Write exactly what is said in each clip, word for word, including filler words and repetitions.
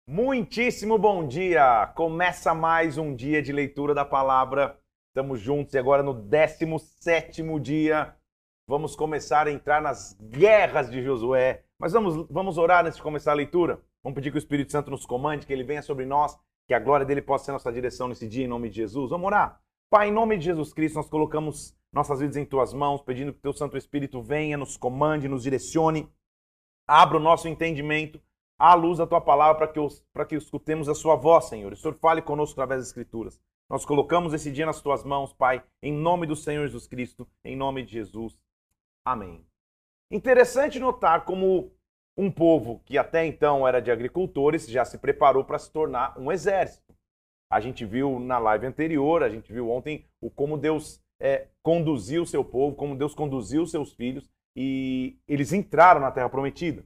Muitíssimo bom dia! Começa mais um dia de leitura da palavra. Estamos juntos e agora no décimo sétimo dia. Vamos começar a entrar nas guerras de Josué. Mas vamos, vamos orar antes de começar a leitura. Vamos pedir que o Espírito Santo nos comande, que ele venha sobre nós, que a glória dele possa ser nossa direção nesse dia, em nome de Jesus. Vamos orar. Pai, em nome de Jesus Cristo, nós colocamos nossas vidas em tuas mãos, pedindo que o teu Santo Espírito venha, nos comande, nos direcione, abra o nosso entendimento à luz da tua palavra para que, os, para que escutemos a sua voz, Senhor. O Senhor fale conosco através das Escrituras. Nós colocamos esse dia nas tuas mãos, Pai, em nome do Senhor Jesus Cristo, em nome de Jesus. Amém. Interessante notar como um povo que até então era de agricultores já se preparou para se tornar um exército. A gente viu na live anterior, a gente viu ontem o como Deus é, conduziu o seu povo, como Deus conduziu os seus filhos e eles entraram na Terra Prometida.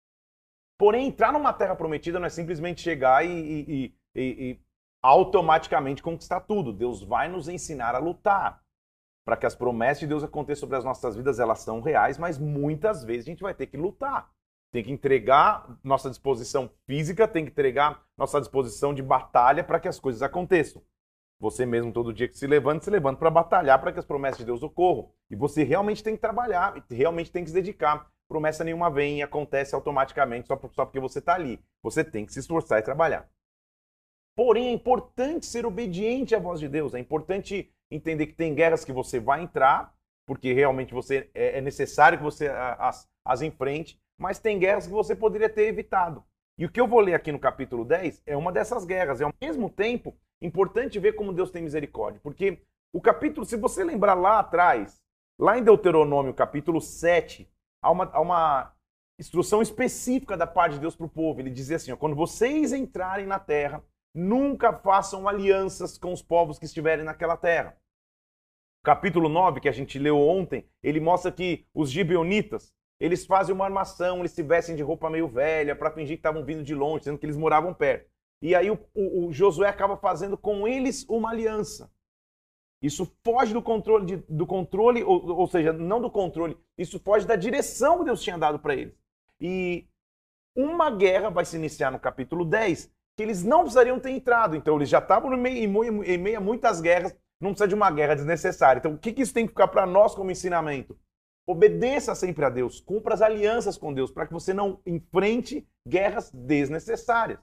Porém, entrar numa Terra Prometida não é simplesmente chegar e, e, e, e automaticamente conquistar tudo. Deus vai nos ensinar a lutar. Para que as promessas de Deus aconteçam sobre as nossas vidas, elas são reais, mas muitas vezes a gente vai ter que lutar. Tem que entregar nossa disposição física, tem que entregar nossa disposição de batalha para que as coisas aconteçam. Você mesmo, todo dia que se levanta, se levanta para batalhar para que as promessas de Deus ocorram. E você realmente tem que trabalhar, realmente tem que se dedicar. Promessa nenhuma vem e acontece automaticamente só porque você está ali. Você tem que se esforçar e trabalhar. Porém, é importante ser obediente à voz de Deus. É importante entender que tem guerras que você vai entrar, porque realmente você é necessário que você as, as enfrente, mas tem guerras que você poderia ter evitado. E o que eu vou ler aqui no capítulo dez é uma dessas guerras. É ao mesmo tempo importante ver como Deus tem misericórdia. Porque o capítulo, se você lembrar lá atrás, lá em Deuteronômio, capítulo sete, há uma, há uma instrução específica da parte de Deus para o povo. Ele dizia assim, ó, quando vocês entrarem na terra, nunca façam alianças com os povos que estiverem naquela terra. Capítulo nove, que a gente leu ontem, ele mostra que os gibeonitas, eles fazem uma armação, eles se vestem de roupa meio velha para fingir que estavam vindo de longe, sendo que eles moravam perto. E aí o, o, o Josué acaba fazendo com eles uma aliança. Isso foge do controle, de, do controle ou, ou seja, não do controle, isso foge da direção que Deus tinha dado para eles. E uma guerra vai se iniciar no capítulo dez, que eles não precisariam ter entrado. Então eles já estavam em meio, em meio a muitas guerras, não precisa de uma guerra desnecessária. Então o que, que isso tem que ficar para nós como ensinamento? Obedeça sempre a Deus, cumpra as alianças com Deus, para que você não enfrente guerras desnecessárias.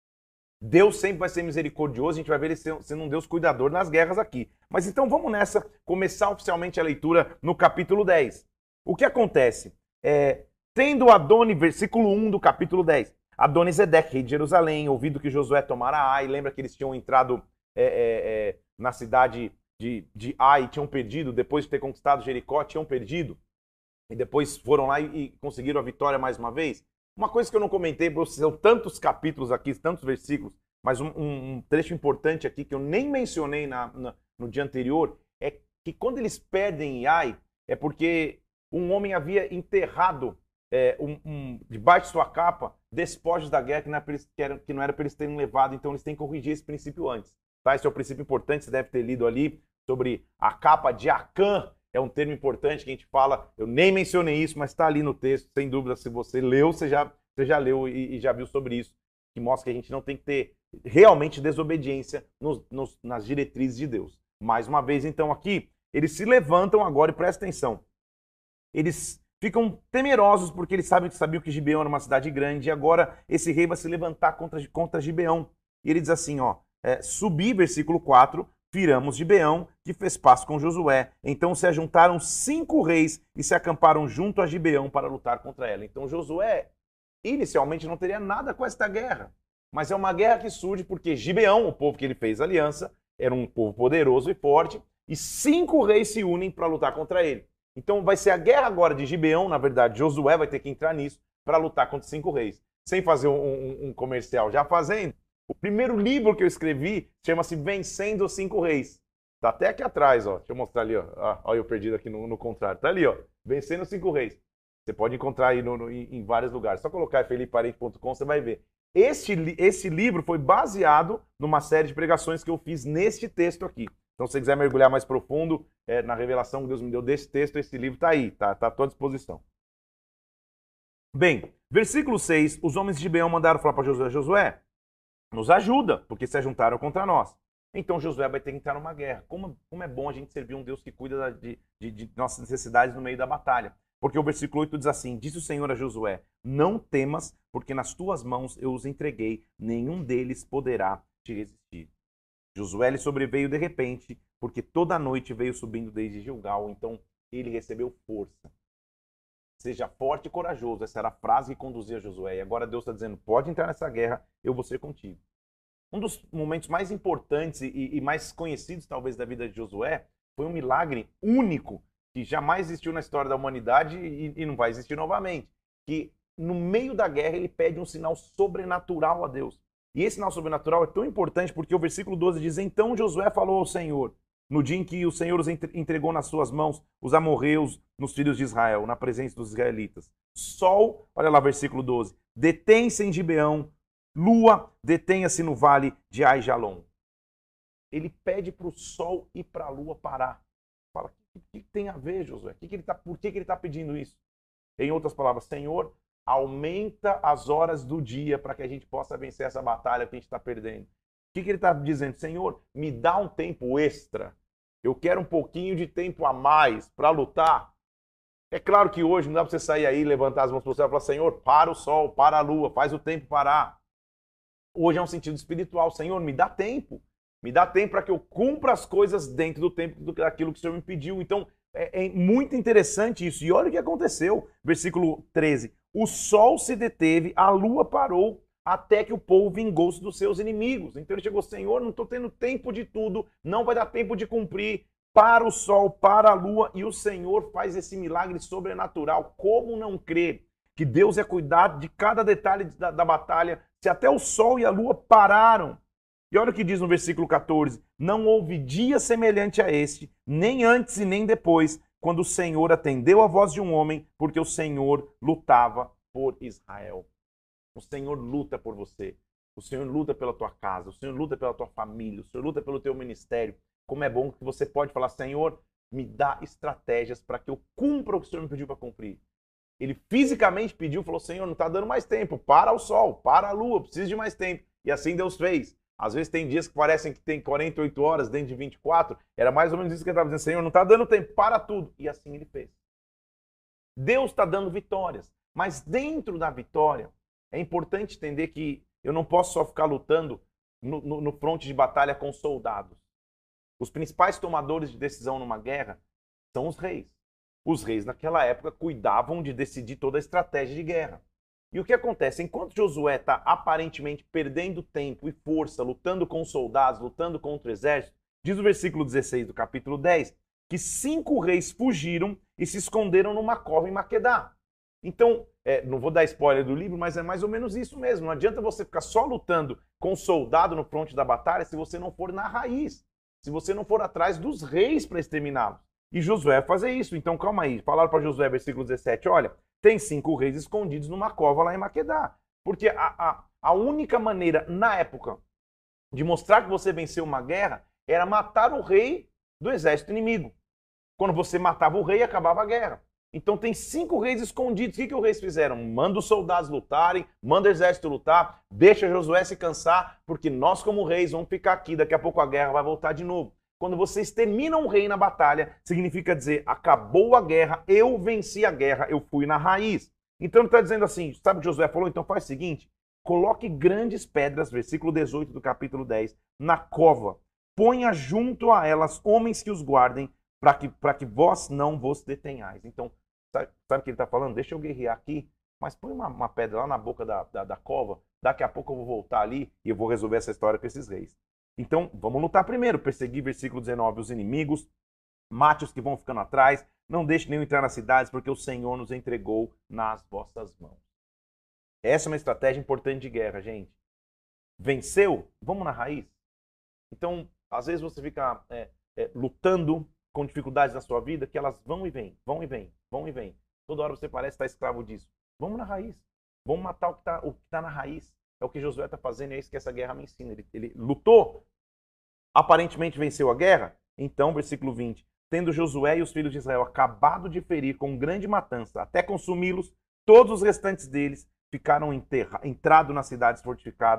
Deus sempre vai ser misericordioso, a gente vai ver ele sendo um Deus cuidador nas guerras aqui. Mas então vamos nessa, começar oficialmente a leitura no capítulo dez. O que acontece? É, tendo Adoni, versículo um do capítulo dez, Adoni-Zedeque, rei de Jerusalém, ouvido que Josué tomara Ai, lembra que eles tinham entrado é, é, é, na cidade de, de Ai, tinham perdido, depois de ter conquistado Jericó, tinham perdido, e depois foram lá e, e conseguiram a vitória mais uma vez. Uma coisa que eu não comentei, são tantos capítulos aqui, tantos versículos, mas um, um, um trecho importante aqui que eu nem mencionei na, na, no dia anterior, é que quando eles perdem em Ai, é porque um homem havia enterrado é, um, um, debaixo de sua capa despojos da guerra que não, era eles, que, era, que não era para eles terem levado, então eles têm que corrigir esse princípio antes. Tá? Esse é o princípio importante, você deve ter lido ali sobre a capa de Acã. É um termo importante que a gente fala, eu nem mencionei isso, mas está ali no texto, sem dúvida, se você leu, você já, você já leu e, e já viu sobre isso, que mostra que a gente não tem que ter realmente desobediência nos, nos, nas diretrizes de Deus. Mais uma vez, então, aqui, eles se levantam agora e presta atenção. Eles ficam temerosos porque eles sabem que sabiam que Gibeão era uma cidade grande e agora esse rei vai se levantar contra, contra Gibeão. E ele diz assim, ó, é, subir, versículo quatro, viramos Gibeão, que fez paz com Josué. Então se ajuntaram cinco reis e se acamparam junto a Gibeão para lutar contra ela. Então Josué, inicialmente, não teria nada com esta guerra. Mas é uma guerra que surge porque Gibeão, o povo que ele fez aliança, era um povo poderoso e forte, e cinco reis se unem para lutar contra ele. Então vai ser a guerra agora de Gibeão, na verdade, Josué vai ter que entrar nisso para lutar contra cinco reis. Sem fazer um, um, um comercial, já fazendo. O primeiro livro que eu escrevi chama-se Vencendo os Cinco Reis. Tá até aqui atrás, ó. Deixa eu mostrar ali, ó. Ah, olha eu perdido aqui no, no contrário. Tá ali, ó. Vencendo os Cinco Reis. Você pode encontrar aí no, no, em vários lugares. Só colocar felipe parente ponto com, você vai ver. Este, esse livro foi baseado numa série de pregações que eu fiz neste texto aqui. Então, se você quiser mergulhar mais profundo é, na revelação que Deus me deu desse texto, esse livro está aí, tá, tá à tua disposição. Bem, versículo seis, os homens de Gibeão mandaram falar para Josué, Josué, nos ajuda, porque se ajuntaram contra nós. Então Josué vai ter que entrar numa guerra. Como, como é bom a gente servir um Deus que cuida de, de, de nossas necessidades no meio da batalha. Porque o versículo oito diz assim, disse o Senhor a Josué, não temas, porque nas tuas mãos eu os entreguei, nenhum deles poderá te resistir. Josué lhe sobreveio de repente, porque toda a noite veio subindo desde Gilgal, então ele recebeu força. Seja forte e corajoso, essa era a frase que conduzia Josué. E agora Deus está dizendo, pode entrar nessa guerra, eu vou ser contigo. Um dos momentos mais importantes e, e mais conhecidos, talvez, da vida de Josué, foi um milagre único que jamais existiu na história da humanidade e, e não vai existir novamente. Que no meio da guerra ele pede um sinal sobrenatural a Deus. E esse sinal sobrenatural é tão importante porque o versículo doze diz, então Josué falou ao Senhor, no dia em que o Senhor os entregou nas suas mãos, os amorreus nos filhos de Israel, na presença dos israelitas. Sol, olha lá versículo doze, detém-se em Gibeão, lua, detenha-se no vale de Aijalon. Ele pede para o sol e para a lua parar. Fala, o que, que tem a ver, Josué? Que que ele tá, por que, que ele está pedindo isso? Em outras palavras, Senhor, aumenta as horas do dia para que a gente possa vencer essa batalha que a gente está perdendo. O que, que ele está dizendo? Senhor, me dá um tempo extra. Eu quero um pouquinho de tempo a mais para lutar. É claro que hoje não dá para você sair aí, levantar as mãos para o céu e falar, Senhor, para o sol, para a lua, faz o tempo parar. Hoje é um sentido espiritual. Senhor, me dá tempo. Me dá tempo para que eu cumpra as coisas dentro do tempo daquilo que o Senhor me pediu. Então, é, é muito interessante isso. E olha o que aconteceu. Versículo treze. O sol se deteve, a lua parou, até que o povo vingou-se dos seus inimigos. Então ele chegou, Senhor, não estou tendo tempo de tudo, não vai dar tempo de cumprir. Para o sol, para a lua, e o Senhor faz esse milagre sobrenatural. Como não crer que Deus é cuidado de cada detalhe da, da batalha, se até o sol e a lua pararam? E olha o que diz no versículo quatorze, não houve dia semelhante a este, nem antes e nem depois, quando o Senhor atendeu a voz de um homem, porque o Senhor lutava por Israel. O Senhor luta por você. O Senhor luta pela tua casa. O Senhor luta pela tua família. O Senhor luta pelo teu ministério. Como é bom que você pode falar, Senhor, me dá estratégias para que eu cumpra o que o Senhor me pediu para cumprir. Ele fisicamente pediu, falou, Senhor, não está dando mais tempo. Para o sol, para a lua, preciso de mais tempo. E assim Deus fez. Às vezes tem dias que parecem que tem quarenta e oito horas dentro de vinte e quatro. Era mais ou menos isso que ele estava dizendo, Senhor, não está dando tempo, para tudo. E assim ele fez. Deus está dando vitórias. Mas dentro da vitória, é importante entender que eu não posso só ficar lutando no, no, no fronte de batalha com soldados. Os principais tomadores de decisão numa guerra são os reis. Os reis naquela época cuidavam de decidir toda a estratégia de guerra. E o que acontece? Enquanto Josué está aparentemente perdendo tempo e força, lutando com os soldados, lutando contra o exército, diz o versículo dezesseis do capítulo dez, que cinco reis fugiram e se esconderam numa cova em Maquedá. Então, é, não vou dar spoiler do livro, mas é mais ou menos isso mesmo. Não adianta você ficar só lutando com o soldado no fronte da batalha se você não for na raiz. Se você não for atrás dos reis para exterminá-los. E Josué fazer isso. Então, calma aí. Falaram para Josué, versículo dezessete, olha, tem cinco reis escondidos numa cova lá em Maquedá. Porque a, a, a única maneira, na época, de mostrar que você venceu uma guerra era matar o rei do exército inimigo. Quando você matava o rei, acabava a guerra. Então tem cinco reis escondidos. O que, que os reis fizeram? Manda os soldados lutarem, manda o exército lutar, deixa Josué se cansar, porque nós como reis vamos ficar aqui, daqui a pouco a guerra vai voltar de novo. Quando você extermina um rei na batalha, significa dizer, acabou a guerra, eu venci a guerra, eu fui na raiz. Então ele está dizendo assim, sabe o que Josué falou? Então faz o seguinte, coloque grandes pedras, versículo dezoito do capítulo dez, na cova, ponha junto a elas homens que os guardem, para que, para que vós não vos detenhais. Então, sabe, sabe o que ele está falando? Deixa eu guerrear aqui, mas põe uma, uma pedra lá na boca da, da, da cova, daqui a pouco eu vou voltar ali e eu vou resolver essa história com esses reis. Então, vamos lutar primeiro, perseguir, versículo dezenove, os inimigos, mate os que vão ficando atrás, não deixe nenhum entrar nas cidades, porque o Senhor nos entregou nas vossas mãos. Essa é uma estratégia importante de guerra, gente. Venceu? Vamos na raiz. Então, às vezes você fica é, é, lutando com dificuldades na sua vida, que elas vão e vêm, vão e vêm, vão e vêm. Toda hora você parece estar escravo disso. Vamos na raiz. Vamos matar o que está tá na raiz. É o que Josué está fazendo, é isso que essa guerra me ensina. Ele, ele lutou, aparentemente venceu a guerra. Então, versículo vinte. Tendo Josué e os filhos de Israel acabado de ferir com grande matança, até consumi-los, todos os restantes deles ficaram entrados nas cidades fortificadas,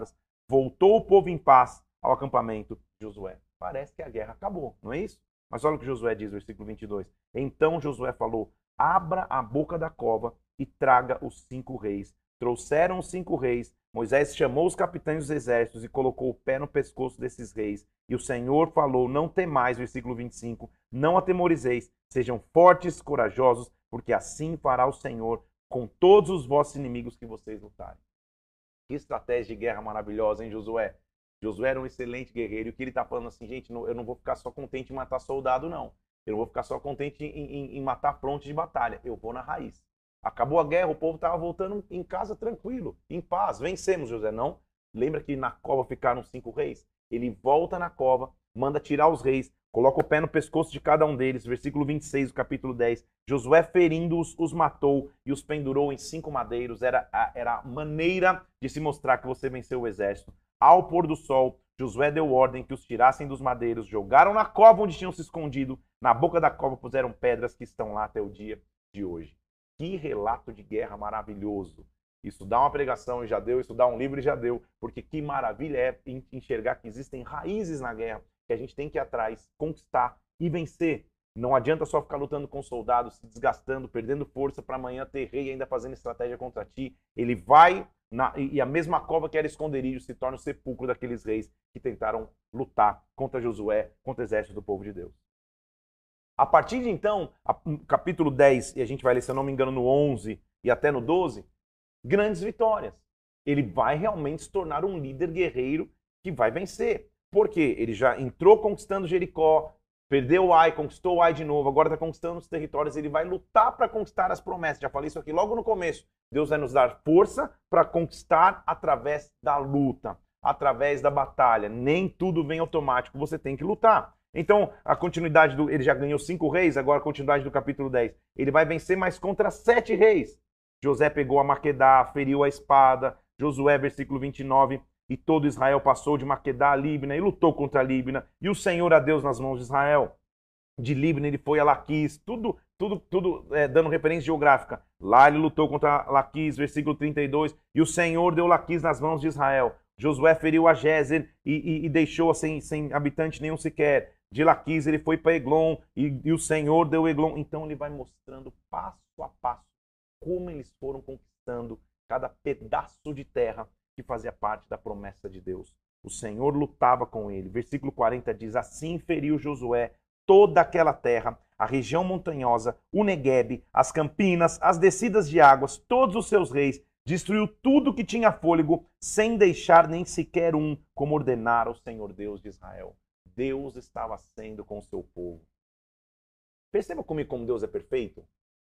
voltou o povo em paz ao acampamento de Josué. Parece que a guerra acabou, não é isso? Mas olha o que Josué diz, versículo vinte e dois. Então Josué falou, abra a boca da cova e traga os cinco reis. Trouxeram os cinco reis. Moisés chamou os capitães dos exércitos e colocou o pé no pescoço desses reis. E o Senhor falou, não temais, versículo vinte e cinco, não atemorizeis, sejam fortes, corajosos, porque assim fará o Senhor com todos os vossos inimigos que vocês lutarem. Que estratégia de guerra maravilhosa, hein, Josué? Josué era um excelente guerreiro. E o que ele está falando assim, gente, eu não vou ficar só contente em matar soldado, não. Eu não vou ficar só contente em, em, em matar fronte de batalha. Eu vou na raiz. Acabou a guerra, o povo estava voltando em casa tranquilo, em paz. Vencemos, Josué, não? Lembra que na cova ficaram cinco reis? Ele volta na cova, manda tirar os reis, coloca o pé no pescoço de cada um deles. Versículo vinte e seis do capítulo dez. Josué, ferindo-os, os matou e os pendurou em cinco madeiros. Era a, era a maneira de se mostrar que você venceu o exército. Ao pôr do sol, Josué deu ordem que os tirassem dos madeiros, jogaram na cova onde tinham se escondido. Na boca da cova puseram pedras que estão lá até o dia de hoje. Que relato de guerra maravilhoso. Isso dá uma pregação e já deu, isso dá um livro e já deu. Porque que maravilha é enxergar que existem raízes na guerra que a gente tem que ir atrás, conquistar e vencer. Não adianta só ficar lutando com soldados, se desgastando, perdendo força para amanhã ter rei ainda fazendo estratégia contra ti. Ele vai, na, e a mesma cova que era esconderijo se torna o sepulcro daqueles reis que tentaram lutar contra Josué, contra o exército do povo de Deus. A partir de então, capítulo dez, e a gente vai ler, se eu não me engano, no onze e até no doze, grandes vitórias. Ele vai realmente se tornar um líder guerreiro que vai vencer. Por quê? Ele já entrou conquistando Jericó, perdeu o Ai, conquistou o Ai de novo, agora está conquistando os territórios, ele vai lutar para conquistar as promessas. Já falei isso aqui logo no começo. Deus vai nos dar força para conquistar através da luta, através da batalha. Nem tudo vem automático, você tem que lutar. Então, a continuidade do... Ele já ganhou cinco reis, agora a continuidade do capítulo dez. Ele vai vencer mais contra sete reis. José pegou a Maquedá, feriu a espada. Josué, versículo vinte e nove. E todo Israel passou de Maquedá a Líbina e lutou contra a Líbina. E o Senhor a Deus nas mãos de Israel. De Líbina ele foi a Laquis. Tudo, tudo, tudo é, dando referência geográfica. Lá ele lutou contra Laquis, versículo trinta e dois. E o Senhor deu Laquis nas mãos de Israel. Josué feriu a Gézer e, e, e deixou sem, sem habitante nenhum sequer. De Laquis ele foi para Eglon e, e o Senhor deu Eglon. Então ele vai mostrando passo a passo como eles foram conquistando cada pedaço de terra que fazia parte da promessa de Deus. O Senhor lutava com ele. Versículo quarenta diz, assim feriu Josué toda aquela terra, a região montanhosa, o Neguebe, as campinas, as descidas de águas, todos os seus reis, destruiu tudo que tinha fôlego, sem deixar nem sequer um, como ordenara o Senhor Deus de Israel. Deus estava sendo com o seu povo. Perceba comigo como Deus é perfeito?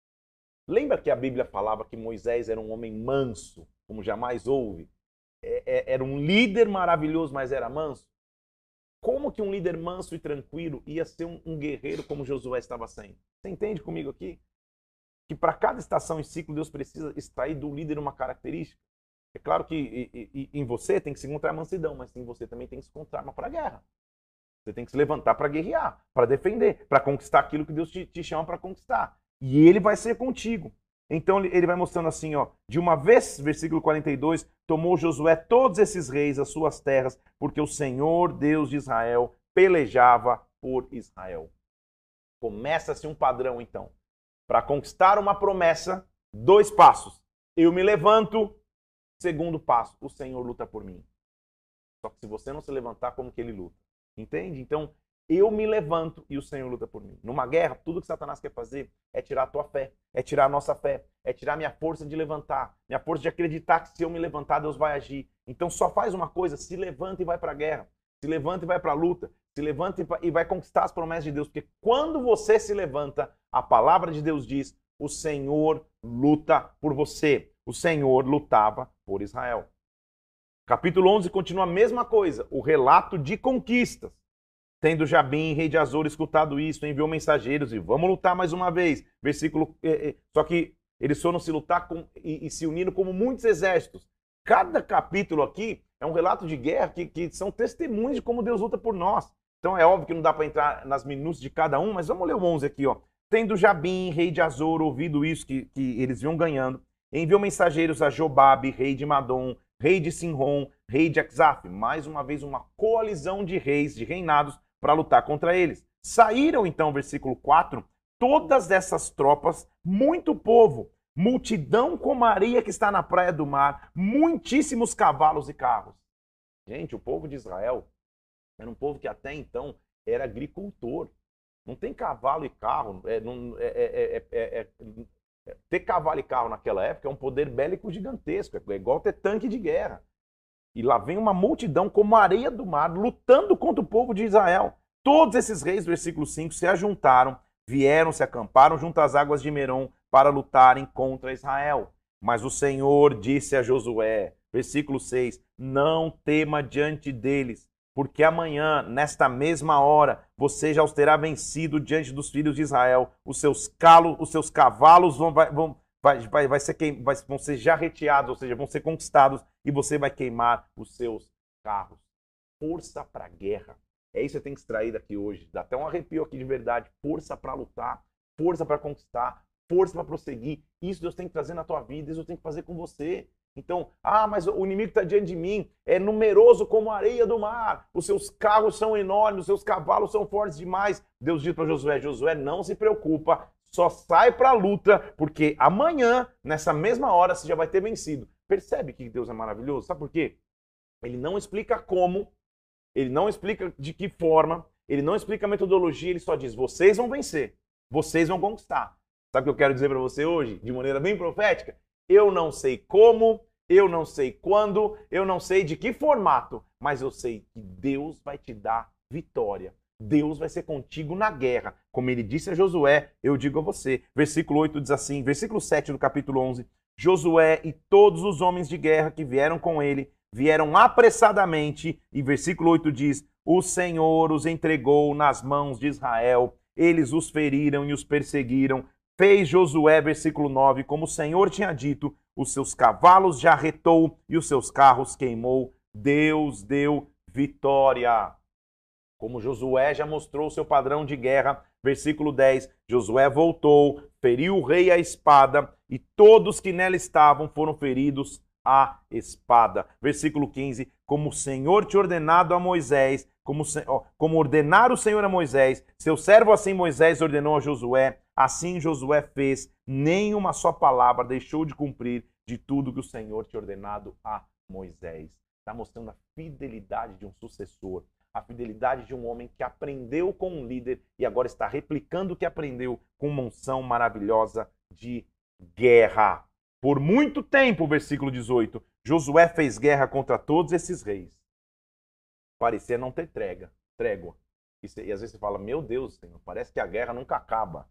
Lembra que a Bíblia falava que Moisés era um homem manso, como jamais houve? Era um líder maravilhoso, mas era manso? Como que um líder manso e tranquilo ia ser um, um guerreiro como Josué estava sendo? Você entende comigo aqui? Que para cada estação e ciclo Deus precisa extrair do líder uma característica. É claro que e, e, em você tem que se encontrar mansidão, mas em você também tem que se encontrar uma para a guerra. Você tem que se levantar para guerrear, para defender, para conquistar aquilo que Deus te, te chama para conquistar. E ele vai ser contigo. Então ele vai mostrando assim, ó, de uma vez, versículo quarenta e dois, tomou Josué todos esses reis, as suas terras, porque o Senhor, Deus de Israel, pelejava por Israel. Começa-se um padrão, então. Para conquistar uma promessa, dois passos. Eu me levanto, segundo passo, o Senhor luta por mim. Só que se você não se levantar, como que ele luta? Entende? Então, eu me levanto e o Senhor luta por mim. Numa guerra, tudo que Satanás quer fazer é tirar a tua fé, é tirar a nossa fé, é tirar a minha força de levantar, minha força de acreditar que se eu me levantar, Deus vai agir. Então só faz uma coisa, se levanta e vai para a guerra, se levanta e vai para a luta, se levanta e vai conquistar as promessas de Deus, porque quando você se levanta, a palavra de Deus diz, o Senhor luta por você. O Senhor lutava por Israel. Capítulo onze continua a mesma coisa, o relato de conquistas. Tendo Jabim, rei de Azor, escutado isso, enviou mensageiros e vamos lutar mais uma vez. Versículo. Eh, eh, só que eles foram se lutar com, e, e se uniram como muitos exércitos. Cada capítulo aqui é um relato de guerra que, que são testemunhos de como Deus luta por nós. Então é óbvio que não dá para entrar nas minúcias de cada um, mas vamos ler o onze aqui, ó. Tendo Jabim, rei de Azor, ouvido isso que, que eles iam ganhando, enviou mensageiros a Jobabe, rei de Madom, rei de Sinrom, rei de Axaf. Mais uma vez, uma coalizão de reis, de reinados, para lutar contra eles. Saíram, então, versículo quatro, todas essas tropas, muito povo, multidão como a areia que está na praia do mar, muitíssimos cavalos e carros. Gente, o povo de Israel era um povo que até então era agricultor. Não tem cavalo e carro. É, não, é, é, é, é, ter cavalo e carro naquela época é um poder bélico gigantesco. É igual ter tanque de guerra. E lá vem uma multidão como a areia do mar, lutando contra o povo de Israel. Todos esses reis, versículo cinco, se ajuntaram, vieram, se acamparam junto às águas de Merom para lutarem contra Israel. Mas o Senhor disse a Josué, versículo seis, não tema diante deles, porque amanhã, nesta mesma hora, você já os terá vencido diante dos filhos de Israel. Os seus, calos, os seus cavalos vão, vão, vai, vai, vai ser queim, vai, vão ser já retirados, ou seja, vão ser conquistados, e você vai queimar os seus carros. Força para a guerra. É isso que você tem que extrair daqui hoje. Dá até um arrepio aqui de verdade. Força para lutar, força para conquistar, força para prosseguir. Isso Deus tem que trazer na tua vida, isso Deus tem que fazer com você. Então, ah, mas o inimigo está diante de mim, é numeroso como a areia do mar, os seus carros são enormes, os seus cavalos são fortes demais. Deus diz para Josué, Josué, não se preocupa, só sai para a luta, porque amanhã, nessa mesma hora, você já vai ter vencido. Percebe que Deus é maravilhoso? Sabe por quê? Ele não explica como, ele não explica de que forma, ele não explica a metodologia, ele só diz, vocês vão vencer, vocês vão conquistar. Sabe o que eu quero dizer para você hoje, de maneira bem profética? Eu não sei como, eu não sei quando, eu não sei de que formato, mas eu sei que Deus vai te dar vitória. Deus vai ser contigo na guerra. Como ele disse a Josué, eu digo a você. Versículo oito diz assim, versículo sete do capítulo onze. Josué e todos os homens de guerra que vieram com ele, vieram apressadamente, e versículo oito diz, o Senhor os entregou nas mãos de Israel, eles os feriram e os perseguiram. Fez Josué, versículo nove, como o Senhor tinha dito, os seus cavalos já retou e os seus carros queimou. Deus deu vitória. Como Josué já mostrou o seu padrão de guerra, versículo dez, Josué voltou, feriu o rei à espada e todos que nela estavam foram feridos à espada. Versículo quinze, como o Senhor te ordenado a Moisés, como, como ordenar o Senhor a Moisés, seu servo assim Moisés ordenou a Josué, assim Josué fez, nem uma só palavra deixou de cumprir de tudo que o Senhor tinha ordenado a Moisés. Está mostrando a fidelidade de um sucessor, a fidelidade de um homem que aprendeu com um líder e agora está replicando o que aprendeu com uma unção maravilhosa de guerra. Por muito tempo, versículo dezoito, Josué fez guerra contra todos esses reis. Parecia não ter trégua. trégua. E, e às vezes você fala, meu Deus, Senhor, parece que a guerra nunca acaba.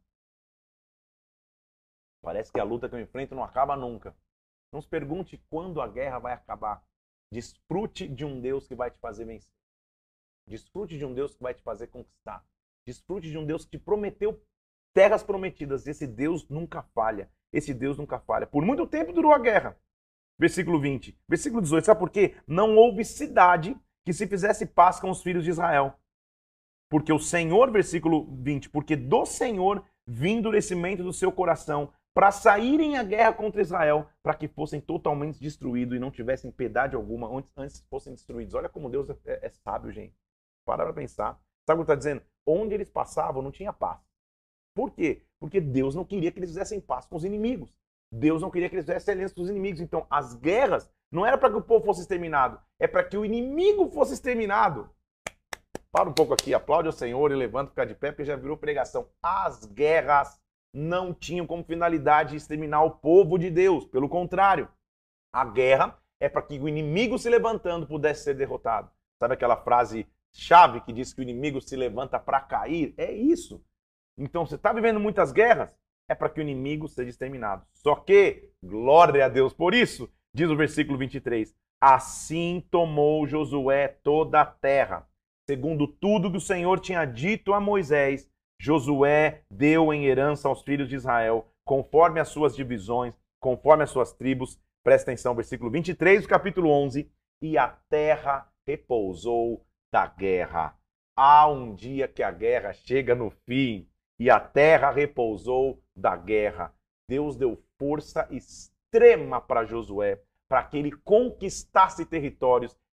Parece que a luta que eu enfrento não acaba nunca. Não se pergunte quando a guerra vai acabar. Desfrute de um Deus que vai te fazer vencer. Desfrute de um Deus que vai te fazer conquistar. Desfrute de um Deus que te prometeu terras prometidas. Esse Deus nunca falha. Esse Deus nunca falha. Por muito tempo durou a guerra. Versículo vinte. Versículo dezoito. Sabe por quê? Não houve cidade que se fizesse paz com os filhos de Israel. Porque o Senhor, versículo vinte, porque do Senhor vinha endurecimento do seu coração para saírem à guerra contra Israel, para que fossem totalmente destruídos e não tivessem piedade alguma antes, antes fossem destruídos. Olha como Deus é, é, é sábio, gente. Para para pensar. Sabe o que está dizendo? Onde eles passavam não tinha paz. Por quê? Porque Deus não queria que eles fizessem paz com os inimigos. Deus não queria que eles fizessem aliança com os inimigos. Então, as guerras não era para que o povo fosse exterminado, é para que o inimigo fosse exterminado. Para um pouco aqui, aplaude ao Senhor e levanta, ficar de pé, porque já virou pregação. As guerras não tinham como finalidade exterminar o povo de Deus. Pelo contrário, a guerra é para que o inimigo se levantando pudesse ser derrotado. Sabe aquela frase chave que diz que o inimigo se levanta para cair? É isso. Então, você está vivendo muitas guerras, é para que o inimigo seja exterminado. Só que, glória a Deus por isso, diz o versículo vinte e três, assim tomou Josué toda a terra, segundo tudo que o Senhor tinha dito a Moisés, Josué deu em herança aos filhos de Israel, conforme as suas divisões, conforme as suas tribos. Presta atenção, versículo vinte e três do capítulo onze, e a terra repousou da guerra. Há um dia que a guerra chega no fim, e a terra repousou da guerra. Deus deu força extrema para Josué, para que ele conquistasse territórios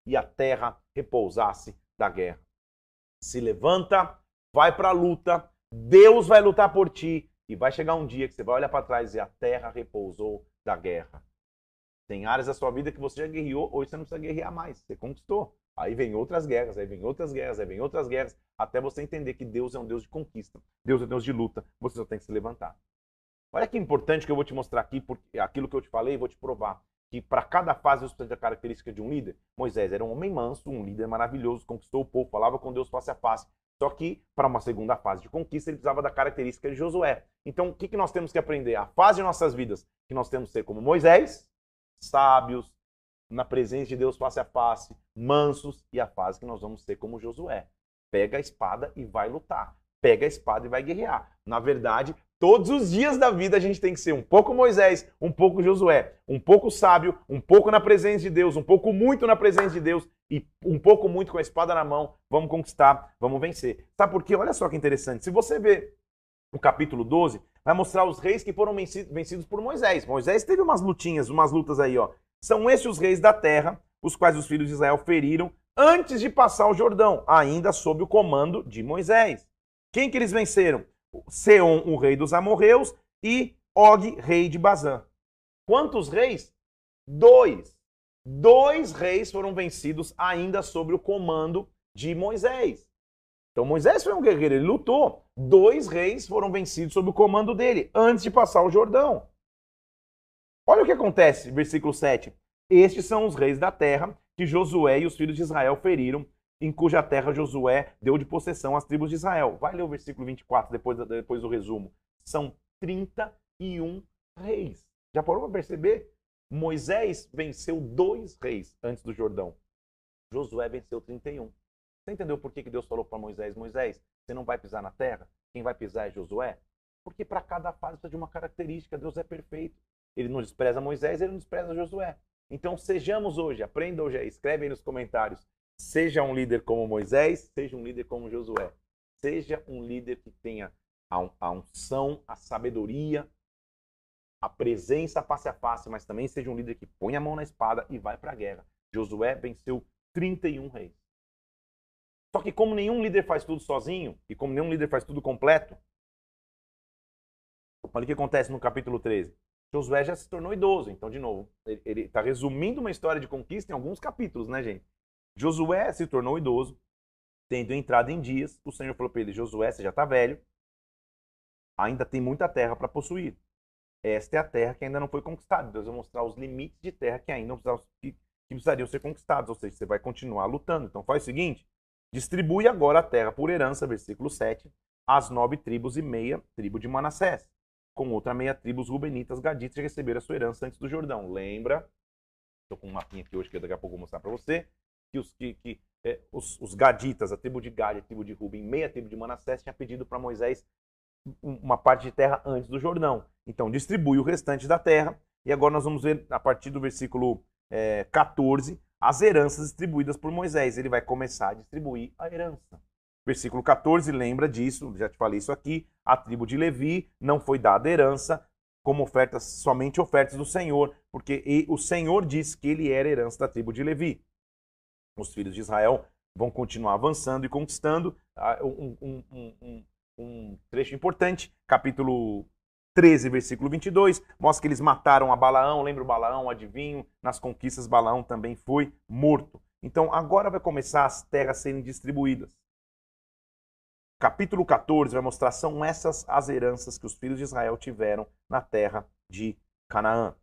e a terra repousasse da guerra. Se levanta, vai para a luta, Deus vai lutar por ti e vai chegar um dia que você vai olhar para trás e a terra repousou da guerra. Tem áreas da sua vida que você já guerreou, hoje você não precisa guerrear mais, você conquistou. Aí vem outras guerras, aí vem outras guerras, aí vem outras guerras, até você entender que Deus é um Deus de conquista, Deus é um Deus de luta, você só tem que se levantar. Olha que importante que eu vou te mostrar aqui, porque aquilo que eu te falei, vou te provar. Que para cada fase você tem a característica de um líder. Moisés era um homem manso, um líder maravilhoso, conquistou o povo, falava com Deus face a face. Só que, para uma segunda fase de conquista, ele precisava da característica de Josué. Então, o que, que nós temos que aprender? A fase de nossas vidas, que nós temos que ser como Moisés, sábios, na presença de Deus face a face, mansos, e a fase que nós vamos ser como Josué. Pega a espada e vai lutar. Pega a espada e vai guerrear. Na verdade, todos os dias da vida a gente tem que ser um pouco Moisés, um pouco Josué, um pouco sábio, um pouco na presença de Deus, um pouco muito na presença de Deus e um pouco muito com a espada na mão. Vamos conquistar, vamos vencer. Sabe por quê? Olha só que interessante. Se você ver o capítulo doze, vai mostrar os reis que foram vencidos por Moisés. Moisés teve umas lutinhas, umas lutas aí, ó. São esses os reis da terra, os quais os filhos de Israel feriram antes de passar o Jordão, ainda sob o comando de Moisés. Quem que eles venceram? Seom, o rei dos amorreus, e Og, rei de Bazã. Quantos reis? Dois. Dois reis foram vencidos ainda sob o comando de Moisés. Então Moisés foi um guerreiro, ele lutou. Dois reis foram vencidos sob o comando dele, antes de passar o Jordão. Olha o que acontece, versículo sete. Estes são os reis da terra que Josué e os filhos de Israel feriram, em cuja terra Josué deu de possessão às tribos de Israel. Vai ler o versículo vinte e quatro, depois, depois do resumo. São trinta e um reis. Já parou para perceber? Moisés venceu dois reis antes do Jordão. Josué venceu trinta e um. Você entendeu por que Deus falou para Moisés? Moisés, você não vai pisar na terra? Quem vai pisar é Josué? Porque para cada fase precisa de uma característica. Deus é perfeito. Ele não despreza Moisés, ele não despreza Josué. Então sejamos hoje, aprenda hoje aí, escreve aí nos comentários. Seja um líder como Moisés, seja um líder como Josué. Seja um líder que tenha a unção, a sabedoria, a presença face a face, mas também seja um líder que põe a mão na espada e vai para a guerra. Josué venceu trinta e um reis. Só que como nenhum líder faz tudo sozinho, e como nenhum líder faz tudo completo, olha o que acontece no capítulo treze. Josué já se tornou idoso. Então, de novo, ele está resumindo uma história de conquista em alguns capítulos, né, gente? Josué se tornou idoso, tendo entrado em dias. O Senhor falou para ele, Josué, você já está velho, ainda tem muita terra para possuir. Esta é a terra que ainda não foi conquistada. Deus vai mostrar os limites de terra que ainda não precisavam, que, que precisariam ser conquistados. Ou seja, você vai continuar lutando. Então faz o seguinte, distribui agora a terra por herança, versículo sete, às nove tribos e meia tribo de Manassés. Com outra meia tribo, os rubenitas, gaditas, receberam a sua herança antes do Jordão. Lembra? Estou com um mapinha aqui hoje que daqui a pouco eu vou mostrar para você. Que, os, que, que é, os, os gaditas, a tribo de Gade, a tribo de Ruben, meia tribo de Manassés, tinha pedido para Moisés uma parte de terra antes do Jordão. Então distribui o restante da terra. E agora nós vamos ver, a partir do versículo é, quatorze, as heranças distribuídas por Moisés. Ele vai começar a distribuir a herança. Versículo quatorze, lembra disso, já te falei isso aqui. A tribo de Levi não foi dada herança, como ofertas, somente ofertas do Senhor, porque o Senhor disse que ele era herança da tribo de Levi. Os filhos de Israel vão continuar avançando e conquistando. Um, um, um, um, um trecho importante, capítulo treze, versículo vinte e dois, mostra que eles mataram a Balaão. Lembra o Balaão, o adivinho? Nas conquistas, Balaão também foi morto. Então, agora vai começar as terras serem distribuídas. Capítulo quatorze vai mostrar são essas as heranças que os filhos de Israel tiveram na terra de Canaã.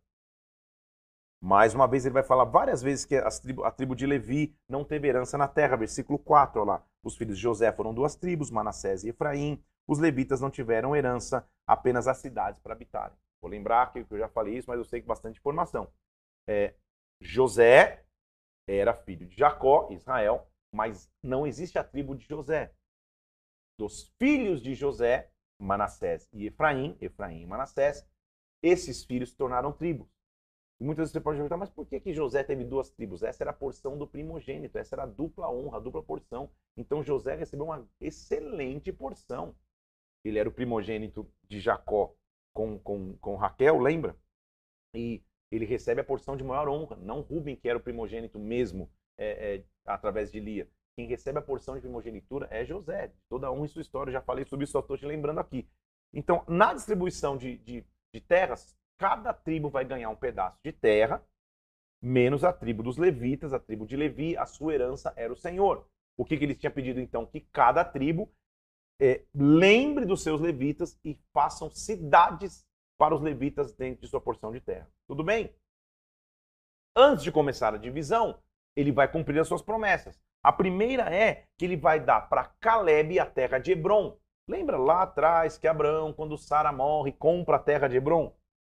Mais uma vez ele vai falar várias vezes que as tribo, a tribo de Levi não teve herança na terra. Versículo quatro, olha lá. Os filhos de José foram duas tribos, Manassés e Efraim. Os levitas não tiveram herança, apenas as cidades para habitarem. Vou lembrar que eu já falei isso, mas eu sei que bastante informação. É, José era filho de Jacó, Israel, mas não existe a tribo de José. Dos filhos de José, Manassés e Efraim, Efraim e Manassés, esses filhos se tornaram tribos. E muitas vezes você pode perguntar, mas por que, que José teve duas tribos? Essa era a porção do primogênito, essa era a dupla honra, a dupla porção. Então José recebeu uma excelente porção. Ele era o primogênito de Jacó com, com, com Raquel, lembra? E ele recebe a porção de maior honra, não Ruben, que era o primogênito mesmo é, é, através de Lia. Quem recebe a porção de primogenitura é José. Toda honra em sua história, eu já falei sobre isso, só estou te lembrando aqui. Então, na distribuição de, de, de terras, cada tribo vai ganhar um pedaço de terra, menos a tribo dos levitas, a tribo de Levi, a sua herança era o Senhor. O que, que eles tinham pedido, então? Que cada tribo é, lembre dos seus levitas e façam cidades para os levitas dentro de sua porção de terra. Tudo bem? Antes de começar a divisão, ele vai cumprir as suas promessas. A primeira é que ele vai dar para Calebe a terra de Hebrom. Lembra lá atrás que Abraão, quando Sara morre, compra a terra de Hebrom?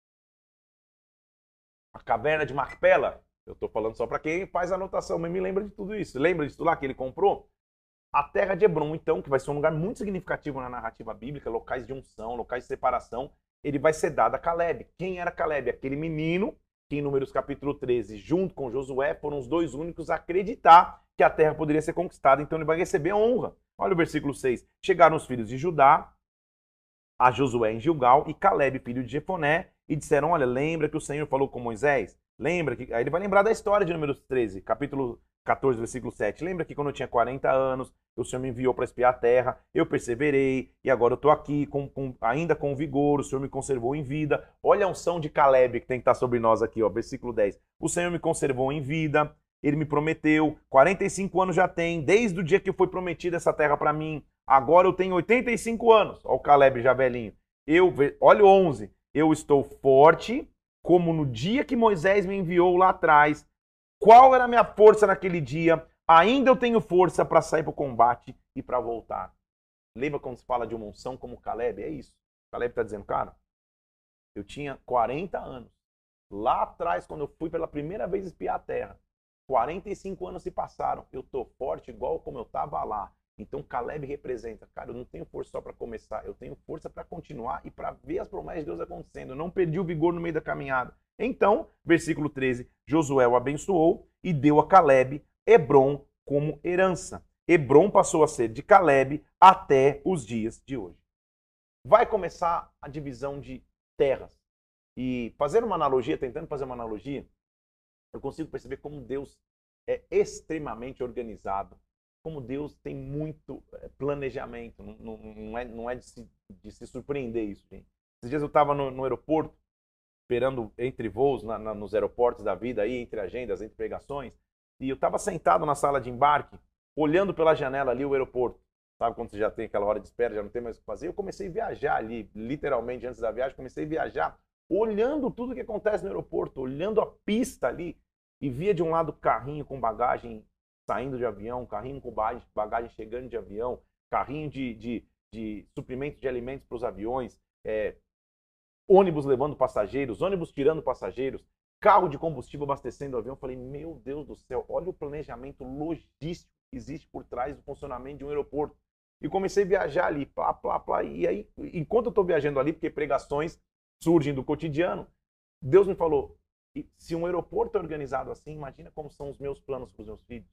A caverna de Macpela. Eu estou falando só para quem faz anotação, mas me lembra de tudo isso. Lembra disso lá que ele comprou? A terra de Hebrom, então, que vai ser um lugar muito significativo na narrativa bíblica, locais de unção, locais de separação, ele vai ser dado a Calebe. Quem era Calebe? Aquele menino que em Números capítulo treze, junto com Josué, foram os dois únicos a acreditar que a terra poderia ser conquistada, então ele vai receber honra. Olha o versículo seis. Chegaram os filhos de Judá a Josué em Gilgal e Calebe, filho de Jefoné, e disseram, olha, lembra que o Senhor falou com Moisés? Lembra que... Aí ele vai lembrar da história de Números treze, capítulo catorze, versículo sete. Lembra que quando eu tinha quarenta anos, o Senhor me enviou para espiar a terra, eu perseverei, e agora eu estou aqui com, com, ainda com vigor, o Senhor me conservou em vida. Olha a unção de Calebe que tem que estar sobre nós aqui, ó, versículo dez. O Senhor me conservou em vida, ele me prometeu, quarenta e cinco anos já tem, desde o dia que foi prometida essa terra para mim, agora eu tenho oitenta e cinco anos. Olha o Calebe já velhinho. Eu, olha o onze, eu estou forte, como no dia que Moisés me enviou lá atrás. Qual era a minha força naquele dia? Ainda eu tenho força para sair para o combate e para voltar. Lembra quando se fala de uma unção como Calebe? É isso. Calebe está dizendo, cara, eu tinha quarenta anos. Lá atrás, quando eu fui pela primeira vez espiar a terra, quarenta e cinco anos se passaram. Eu estou forte igual como eu estava lá. Então Calebe representa, cara, eu não tenho força só para começar, eu tenho força para continuar e para ver as promessas de Deus acontecendo. Eu não perdi o vigor no meio da caminhada. Então, versículo treze, Josué o abençoou e deu a Calebe Hebrom como herança. Hebrom passou a ser de Calebe até os dias de hoje. Vai começar a divisão de terras. E fazendo uma analogia, tentando fazer uma analogia, eu consigo perceber como Deus é extremamente organizado, como Deus tem muito planejamento. Não, não, não é, não é de, se, de se surpreender isso, gente. Esses dias eu estava no, no aeroporto, esperando entre voos, na, na, nos aeroportos da vida, aí, entre agendas, entre pregações, e eu estava sentado na sala de embarque, olhando pela janela ali o aeroporto. Sabe quando você já tem aquela hora de espera, já não tem mais o que fazer? Eu comecei a viajar ali, literalmente antes da viagem, comecei a viajar, olhando tudo que acontece no aeroporto, olhando a pista ali, e via de um lado carrinho com bagagem saindo de avião, carrinho com bagagem chegando de avião, carrinho de, de, de suprimento de alimentos para os aviões, é, ônibus levando passageiros, ônibus tirando passageiros, carro de combustível abastecendo o avião. Eu falei, meu Deus do céu, olha o planejamento logístico que existe por trás do funcionamento de um aeroporto. E comecei a viajar ali, plá, plá, plá, e aí, enquanto eu estou viajando ali, porque pregações surgem do cotidiano, Deus me falou, se um aeroporto é organizado assim, imagina como são os meus planos para os meus filhos.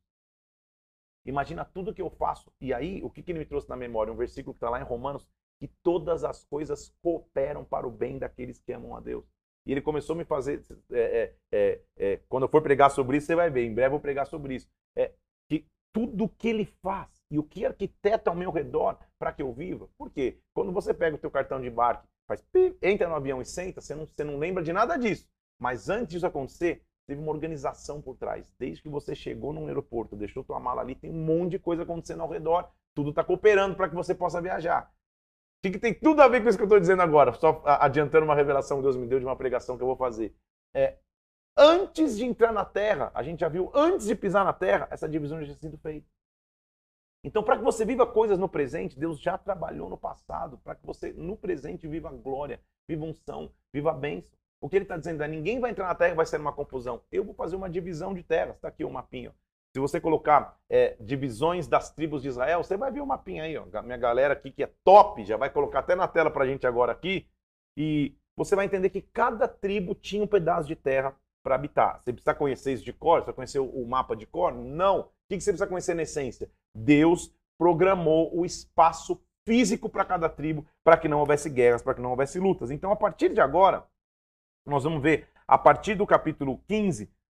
Imagina tudo que eu faço. E aí, o que, que ele me trouxe na memória? Um versículo que está lá em Romanos, que todas as coisas cooperam para o bem daqueles que amam a Deus. E ele começou a me fazer, é, é, é, quando eu for pregar sobre isso, você vai ver, em breve eu vou pregar sobre isso, é, que tudo que ele faz e o que arquiteta ao meu redor para que eu viva. Por quê? Quando você pega o teu cartão de embarque, faz pi, entra no avião e senta, você não, você não lembra de nada disso. Mas antes disso acontecer, teve uma organização por trás. Desde que você chegou num aeroporto, deixou tua mala ali, tem um monte de coisa acontecendo ao redor. Tudo está cooperando para que você possa viajar. O que tem tudo a ver com isso que eu estou dizendo agora, só adiantando uma revelação que Deus me deu de uma pregação que eu vou fazer. É, antes de entrar na terra, a gente já viu, antes de pisar na terra, essa divisão já tinha sido feita. Então, para que você viva coisas no presente, Deus já trabalhou no passado, para que você, no presente, viva glória, viva unção, viva bênção. O que ele está dizendo é, ninguém vai entrar na terra e vai ser uma confusão. Eu vou fazer uma divisão de terras. Está aqui o um mapinha. Se você colocar é, divisões das tribos de Israel, você vai ver o um mapinha aí. Ó. Minha galera aqui que é top, já vai colocar até na tela para a gente agora aqui. E você vai entender que cada tribo tinha um pedaço de terra para habitar. Você precisa conhecer isso de cor? Você precisa conhecer o mapa de cor? Não. O que você precisa conhecer na essência? Deus programou o espaço físico para cada tribo, para que não houvesse guerras, para que não houvesse lutas. Então, a partir de agora, nós vamos ver, a partir do capítulo quinze,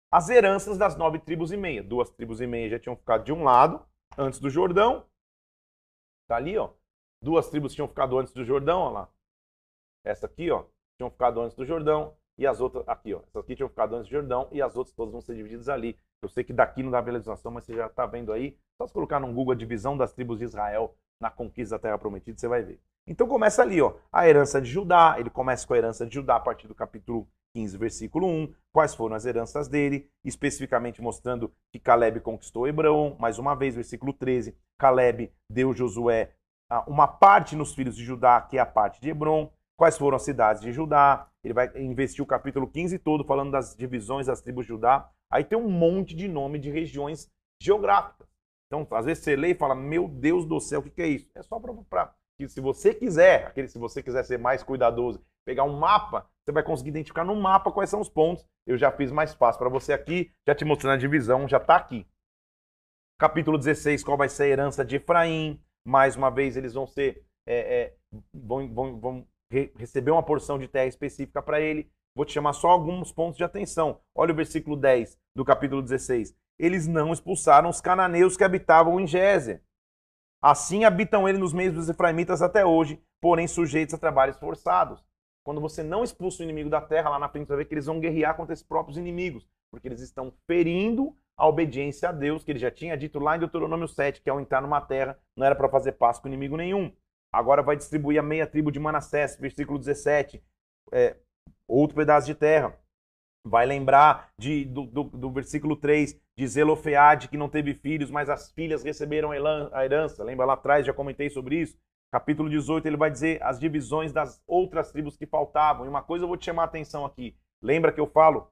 as heranças das nove tribos e meia. Duas tribos e meia já tinham ficado de um lado, antes do Jordão. Tá ali, ó. Duas tribos tinham ficado antes do Jordão, ó lá. Essa aqui, ó, tinham ficado antes do Jordão. E as outras, aqui, ó. Essas aqui tinham ficado antes do Jordão. E as outras todas vão ser divididas ali. Eu sei que daqui não dá visualização, mas você já tá vendo aí. Só se colocar no Google a divisão das tribos de Israel na conquista da Terra Prometida, você vai ver. Então começa ali, ó. A herança de Judá. Ele começa com a herança de Judá a partir do capítulo quinze, versículo um. Quais foram as heranças dele? Especificamente mostrando que Caleb conquistou Hebron. Mais uma vez, versículo treze. Caleb deu Josué uma parte nos filhos de Judá, que é a parte de Hebron. Quais foram as cidades de Judá? Ele vai investir o capítulo quinze todo falando das divisões das tribos de Judá. Aí tem um monte de nome de regiões geográficas. Então, às vezes você lê e fala, meu Deus do céu, o que, que é isso? É só para que se você quiser, aquele, se você quiser ser mais cuidadoso, pegar um mapa, você vai conseguir identificar no mapa quais são os pontos. Eu já fiz mais fácil para você aqui, já te mostrando a divisão, já está aqui. Capítulo dezesseis, qual vai ser a herança de Efraim? Mais uma vez, eles vão ser... É, é, vão, vão, vão receber uma porção de terra específica para ele. Vou te chamar só alguns pontos de atenção. Olha o versículo dez do capítulo dezesseis. Eles não expulsaram os cananeus que habitavam em Gézer. Assim habitam ele nos meios dos efraimitas até hoje, porém sujeitos a trabalhos forçados. Quando você não expulsa o inimigo da terra, lá na frente você vai ver que eles vão guerrear contra esses próprios inimigos, porque eles estão ferindo a obediência a Deus, que ele já tinha dito lá em Deuteronômio sete, que ao entrar numa terra não era para fazer paz com inimigo nenhum. Agora vai distribuir a meia tribo de Manassés, versículo dezessete, é, outro pedaço de terra. Vai lembrar de, do, do, do versículo três, de Zelofeade, que não teve filhos, mas as filhas receberam a herança. Lembra lá atrás, já comentei sobre isso. Capítulo dezoito, ele vai dizer as divisões das outras tribos que faltavam. E uma coisa eu vou te chamar a atenção aqui. Lembra que eu falo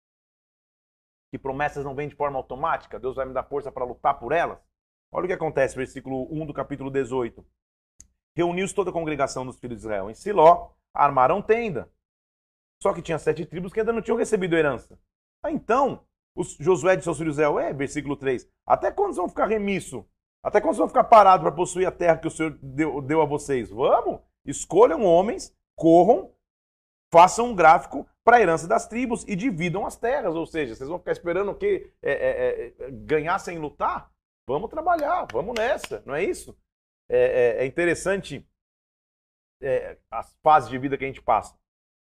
que promessas não vêm de forma automática? Deus vai me dar força para lutar por elas? Olha o que acontece, versículo um do capítulo dezoito. Reuniu-se toda a congregação dos filhos de Israel em Siló, armaram tenda. Só que tinha sete tribos que ainda não tinham recebido herança. Ah, então, os Josué de seus filhos de Israel, é, versículo três, até quando vão ficar remisso? Até quando vão ficar parados para possuir a terra que o Senhor deu, deu a vocês? Vamos, escolham homens, corram, façam um gráfico para a herança das tribos e dividam as terras. Ou seja, vocês vão ficar esperando o quê? É, é, é, ganhar sem lutar? Vamos trabalhar, vamos nessa, não é isso? É, é, é interessante é, as fases de vida que a gente passa.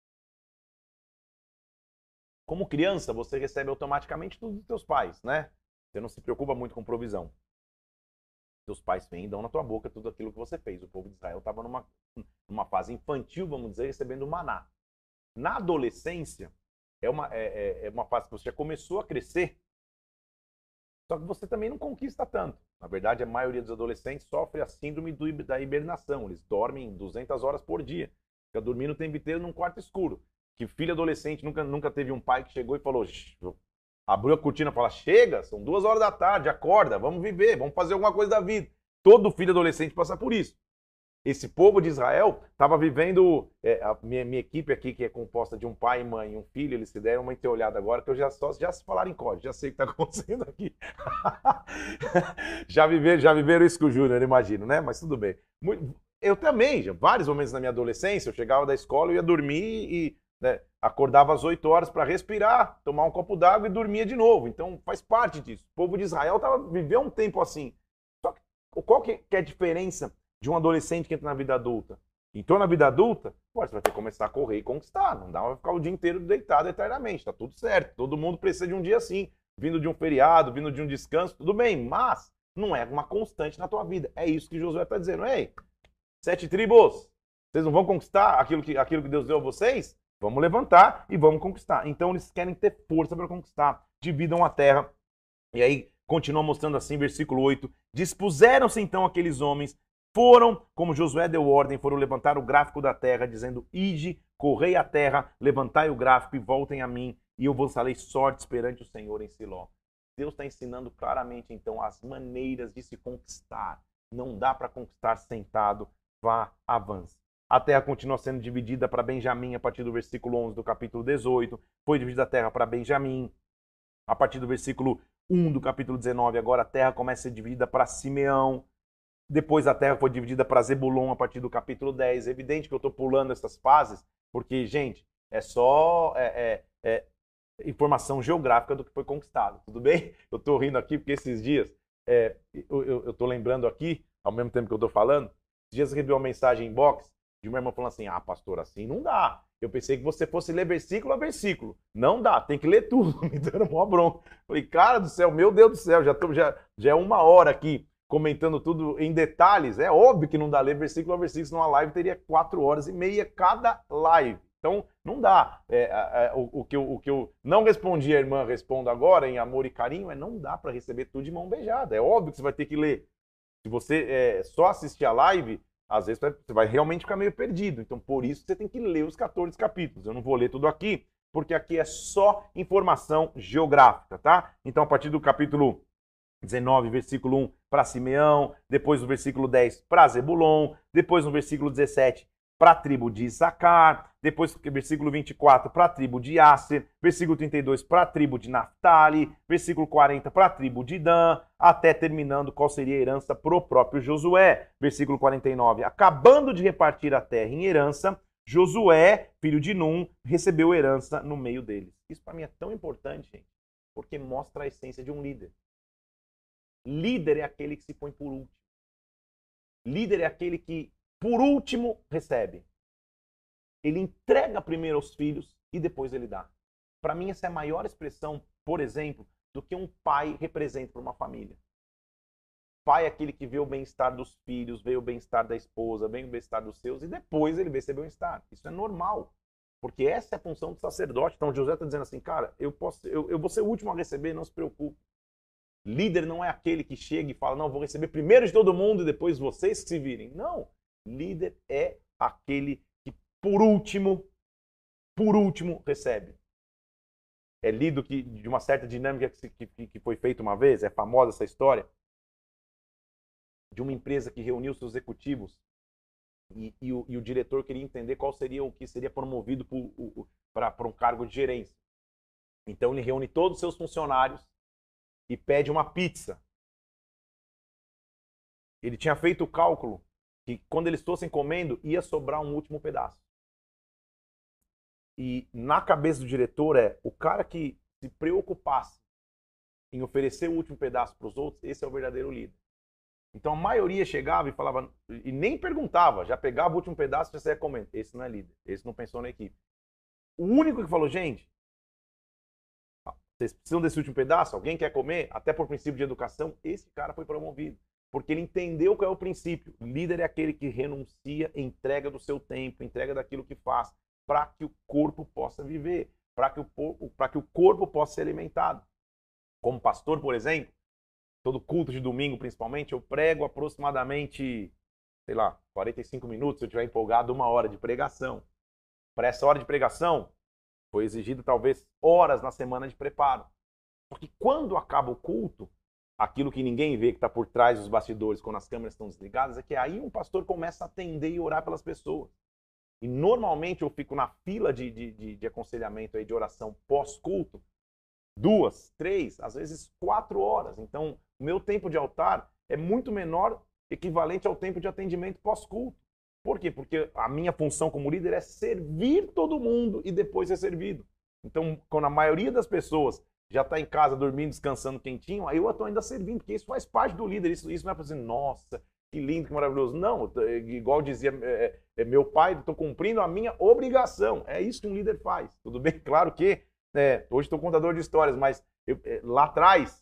Como criança, você recebe automaticamente tudo dos teus pais, né? Você não se preocupa muito com provisão. Seus pais vêm e dão na tua boca tudo aquilo que você fez. O povo de Israel estava numa, numa fase infantil, vamos dizer, recebendo maná. Na adolescência, é uma, é, é uma fase que você já começou a crescer, só que você também não conquista tanto. Na verdade, a maioria dos adolescentes sofre a síndrome do, da hibernação. Eles dormem duzentas horas por dia. Fica dormindo o tempo inteiro num quarto escuro. Que filho adolescente nunca, nunca teve um pai que chegou e falou, abriu a cortina e falou, chega, são duas horas da tarde, acorda, vamos viver, vamos fazer alguma coisa da vida. Todo filho adolescente passa por isso. Esse povo de Israel estava vivendo, é, a minha, minha equipe aqui, que é composta de um pai, mãe e um filho, eles se deram uma entreolhada agora, que eu já só já se falaram em código, já sei o que está acontecendo aqui. já, viveram, já viveram isso com o Júnior, imagino, né? Mas tudo bem. Eu também, já, vários momentos na minha adolescência, eu chegava da escola, eu ia dormir e né, acordava às oito horas para respirar, tomar um copo d'água e dormia de novo. Então faz parte disso. O povo de Israel tava, viveu um tempo assim. Só que qual que é a diferença de um adolescente que entra na vida adulta? Entrou na vida adulta, pô, você vai ter que começar a correr e conquistar. Não dá pra ficar o dia inteiro deitado eternamente. Tá tudo certo. Todo mundo precisa de um dia assim. Vindo de um feriado, vindo de um descanso, tudo bem. Mas não é uma constante na tua vida. É isso que Josué está dizendo. Ei, sete tribos, vocês não vão conquistar aquilo que, aquilo que Deus deu a vocês? Vamos levantar e vamos conquistar. Então eles querem ter força para conquistar. Dividam a terra. E aí continua mostrando assim, versículo oito. Dispuseram-se então aqueles homens, foram, como Josué deu ordem, foram levantar o gráfico da terra, dizendo, ide, correi a terra, levantai o gráfico e voltem a mim, e eu vos darei sorte perante o Senhor em Siló. Deus está ensinando claramente então as maneiras de se conquistar. Não dá para conquistar sentado, vá, avance. A terra continua sendo dividida para Benjamim a partir do versículo onze do capítulo dezoito. Foi dividida a terra para Benjamim. A partir do versículo um do capítulo dezenove, agora a terra começa a ser dividida para Simeão. Depois a terra foi dividida para Zebulon a partir do capítulo dez. É evidente que eu estou pulando essas fases, porque, gente, é só... É, é, é, informação geográfica do que foi conquistado, tudo bem? Eu estou rindo aqui porque esses dias, é, eu estou lembrando aqui, ao mesmo tempo que eu estou falando, esses dias eu recebi uma mensagem em inbox de uma irmã falando assim, ah, pastor, assim não dá. Eu pensei que você fosse ler versículo a versículo. Não dá, tem que ler tudo, me dando uma bronca. Falei, cara do céu, meu Deus do céu, já, tô, já, já é uma hora aqui comentando tudo em detalhes. É óbvio que não dá ler versículo a versículo, senão a live teria quatro horas e meia cada live. Então, não dá. É, é, o, o, que eu, o que eu não respondi à irmã, respondo agora em amor e carinho, é não dá para receber tudo de mão beijada. É óbvio que você vai ter que ler. Se você é, só assistir a live, às vezes você vai realmente ficar meio perdido. Então, por isso você tem que ler os quatorze capítulos. Eu não vou ler tudo aqui, porque aqui é só informação geográfica, tá? Então, a partir do capítulo dezenove, versículo um, para Simeão, depois no versículo dez, para Zebulon, depois no versículo dezessete, para a tribo de Issacar, depois versículo vinte e quatro para a tribo de Asser, versículo trinta e dois para a tribo de Naftali, versículo quarenta para a tribo de Dan, até terminando qual seria a herança pro próprio Josué. Versículo quarenta e nove, acabando de repartir a terra em herança, Josué, filho de Num, recebeu herança no meio deles. Isso para mim é tão importante, gente, porque mostra a essência de um líder. Líder é aquele que se põe por último. Líder é aquele que por último recebe. Ele entrega primeiro aos filhos e depois ele dá. Para mim, essa é a maior expressão, por exemplo, do que um pai representa para uma família. Pai é aquele que vê o bem-estar dos filhos, vê o bem-estar da esposa, vê o bem-estar dos seus e depois ele vê seu bem-estar. Isso é normal. Porque essa é a função do sacerdote. Então, José está dizendo assim, cara, eu, posso, eu, eu vou ser o último a receber, não se preocupe. Líder não é aquele que chega e fala, não, vou receber primeiro de todo mundo e depois vocês que se virem. Não. Líder é aquele que, por último, por último, recebe. É lido que, de uma certa dinâmica que, que, que foi feita uma vez, é famosa essa história, de uma empresa que reuniu seus executivos e, e, o, e o diretor queria entender qual seria o que seria promovido para um cargo de gerência. Então ele reúne todos os seus funcionários e pede uma pizza. Ele tinha feito o cálculo que quando eles fossem comendo, ia sobrar um último pedaço. E na cabeça do diretor é, o cara que se preocupasse em oferecer o último pedaço para os outros, esse é o verdadeiro líder. Então a maioria chegava e falava, e nem perguntava, já pegava o último pedaço e já saia comendo. Esse não é líder, esse não pensou na equipe. O único que falou, gente, vocês precisam desse último pedaço? Alguém quer comer? Até por princípio de educação, esse cara foi promovido. Porque ele entendeu qual é o princípio. O líder é aquele que renuncia, entrega do seu tempo, entrega daquilo que faz, para que o corpo possa viver, para que, que o corpo possa ser alimentado. Como pastor, por exemplo, todo culto de domingo, principalmente, eu prego aproximadamente, sei lá, quarenta e cinco minutos, se eu estiver empolgado, uma hora de pregação. Para essa hora de pregação, foi exigido talvez horas na semana de preparo. Porque quando acaba o culto, aquilo que ninguém vê, que está por trás dos bastidores, quando as câmeras estão desligadas, é que aí um pastor começa a atender e orar pelas pessoas. E normalmente eu fico na fila de, de, de, de aconselhamento, aí, de oração pós-culto, duas, três, às vezes quatro horas. Então, o meu tempo de altar é muito menor, equivalente ao tempo de atendimento pós-culto. Por quê? Porque a minha função como líder é servir todo mundo e depois ser servido. Então, quando a maioria das pessoas já está em casa dormindo, descansando quentinho, aí eu estou ainda servindo, porque isso faz parte do líder. Isso, isso não é para dizer, nossa, que lindo, que maravilhoso. Não, igual dizia é, é, meu pai, estou cumprindo a minha obrigação. É isso que um líder faz. Tudo bem? Claro que, é, hoje estou contador de histórias, mas eu, é, lá atrás,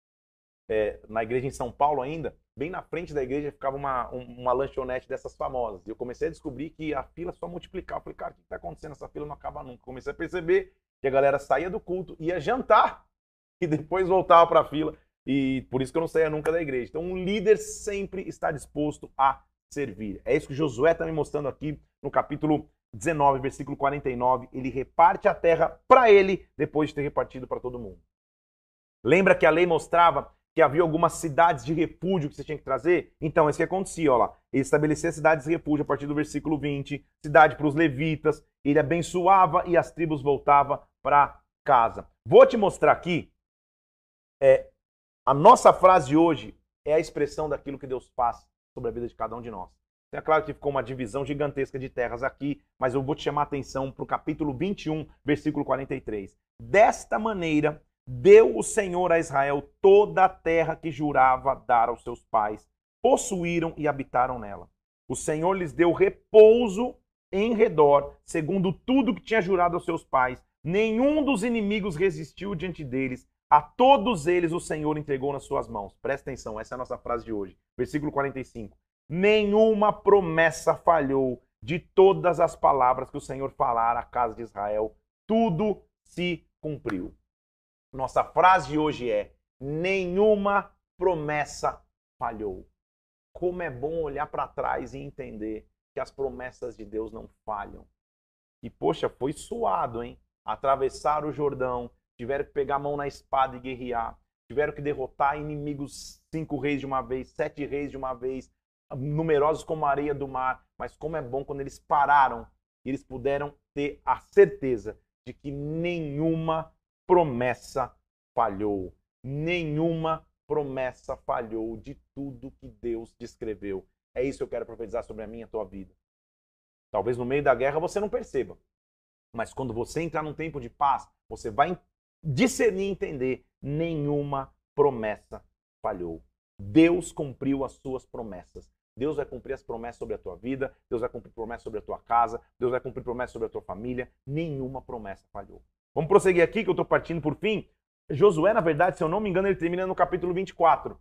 é, na igreja em São Paulo ainda, bem na frente da igreja ficava uma, uma lanchonete dessas famosas. E eu comecei a descobrir que a fila só multiplicava. Eu falei, cara, o que está acontecendo? Essa fila não acaba nunca. Comecei a perceber que a galera saía do culto, ia jantar e depois voltava para a fila. E por isso que eu não saía nunca da igreja. Então, um líder sempre está disposto a servir. É isso que Josué está me mostrando aqui no capítulo dezenove, versículo quarenta e nove. Ele reparte a terra para ele, depois de ter repartido para todo mundo. Lembra que a lei mostrava que havia algumas cidades de refúgio que você tinha que trazer? Então, é isso que acontecia, ó lá. Ele estabelecia cidades de refúgio a partir do versículo vinte, cidade para os levitas, ele abençoava e as tribos voltavam para casa. Vou te mostrar aqui, é, a nossa frase de hoje é a expressão daquilo que Deus faz sobre a vida de cada um de nós. É claro que ficou uma divisão gigantesca de terras aqui, mas eu vou te chamar a atenção para o capítulo vinte e um, versículo quarenta e três. Desta maneira, deu o Senhor a Israel toda a terra que jurava dar aos seus pais. Possuíram e habitaram nela. O Senhor lhes deu repouso em redor, segundo tudo que tinha jurado aos seus pais. Nenhum dos inimigos resistiu diante deles. A todos eles o Senhor entregou nas suas mãos. Presta atenção, essa é a nossa frase de hoje. Versículo quarenta e cinco. Nenhuma promessa falhou de todas as palavras que o Senhor falara à casa de Israel. Tudo se cumpriu. Nossa frase de hoje é: nenhuma promessa falhou. Como é bom olhar para trás e entender que as promessas de Deus não falham. E, poxa, foi suado, hein? Atravessaram o Jordão, tiveram que pegar a mão na espada e guerrear, tiveram que derrotar inimigos, cinco reis de uma vez, sete reis de uma vez, numerosos como a areia do mar, mas como é bom quando eles pararam e eles puderam ter a certeza de que nenhuma promessa falhou. Nenhuma promessa falhou de tudo que Deus descreveu. É isso que eu quero profetizar sobre a minha e a tua vida. Talvez no meio da guerra você não perceba, mas quando você entrar num tempo de paz, você vai discernir e entender: nenhuma promessa falhou. Deus cumpriu as suas promessas. Deus vai cumprir as promessas sobre a tua vida, Deus vai cumprir promessas sobre a tua casa, Deus vai cumprir promessas sobre a tua família. Nenhuma promessa falhou. Vamos prosseguir aqui, que eu estou partindo por fim. Josué, na verdade, se eu não me engano, ele termina no capítulo vinte e quatro.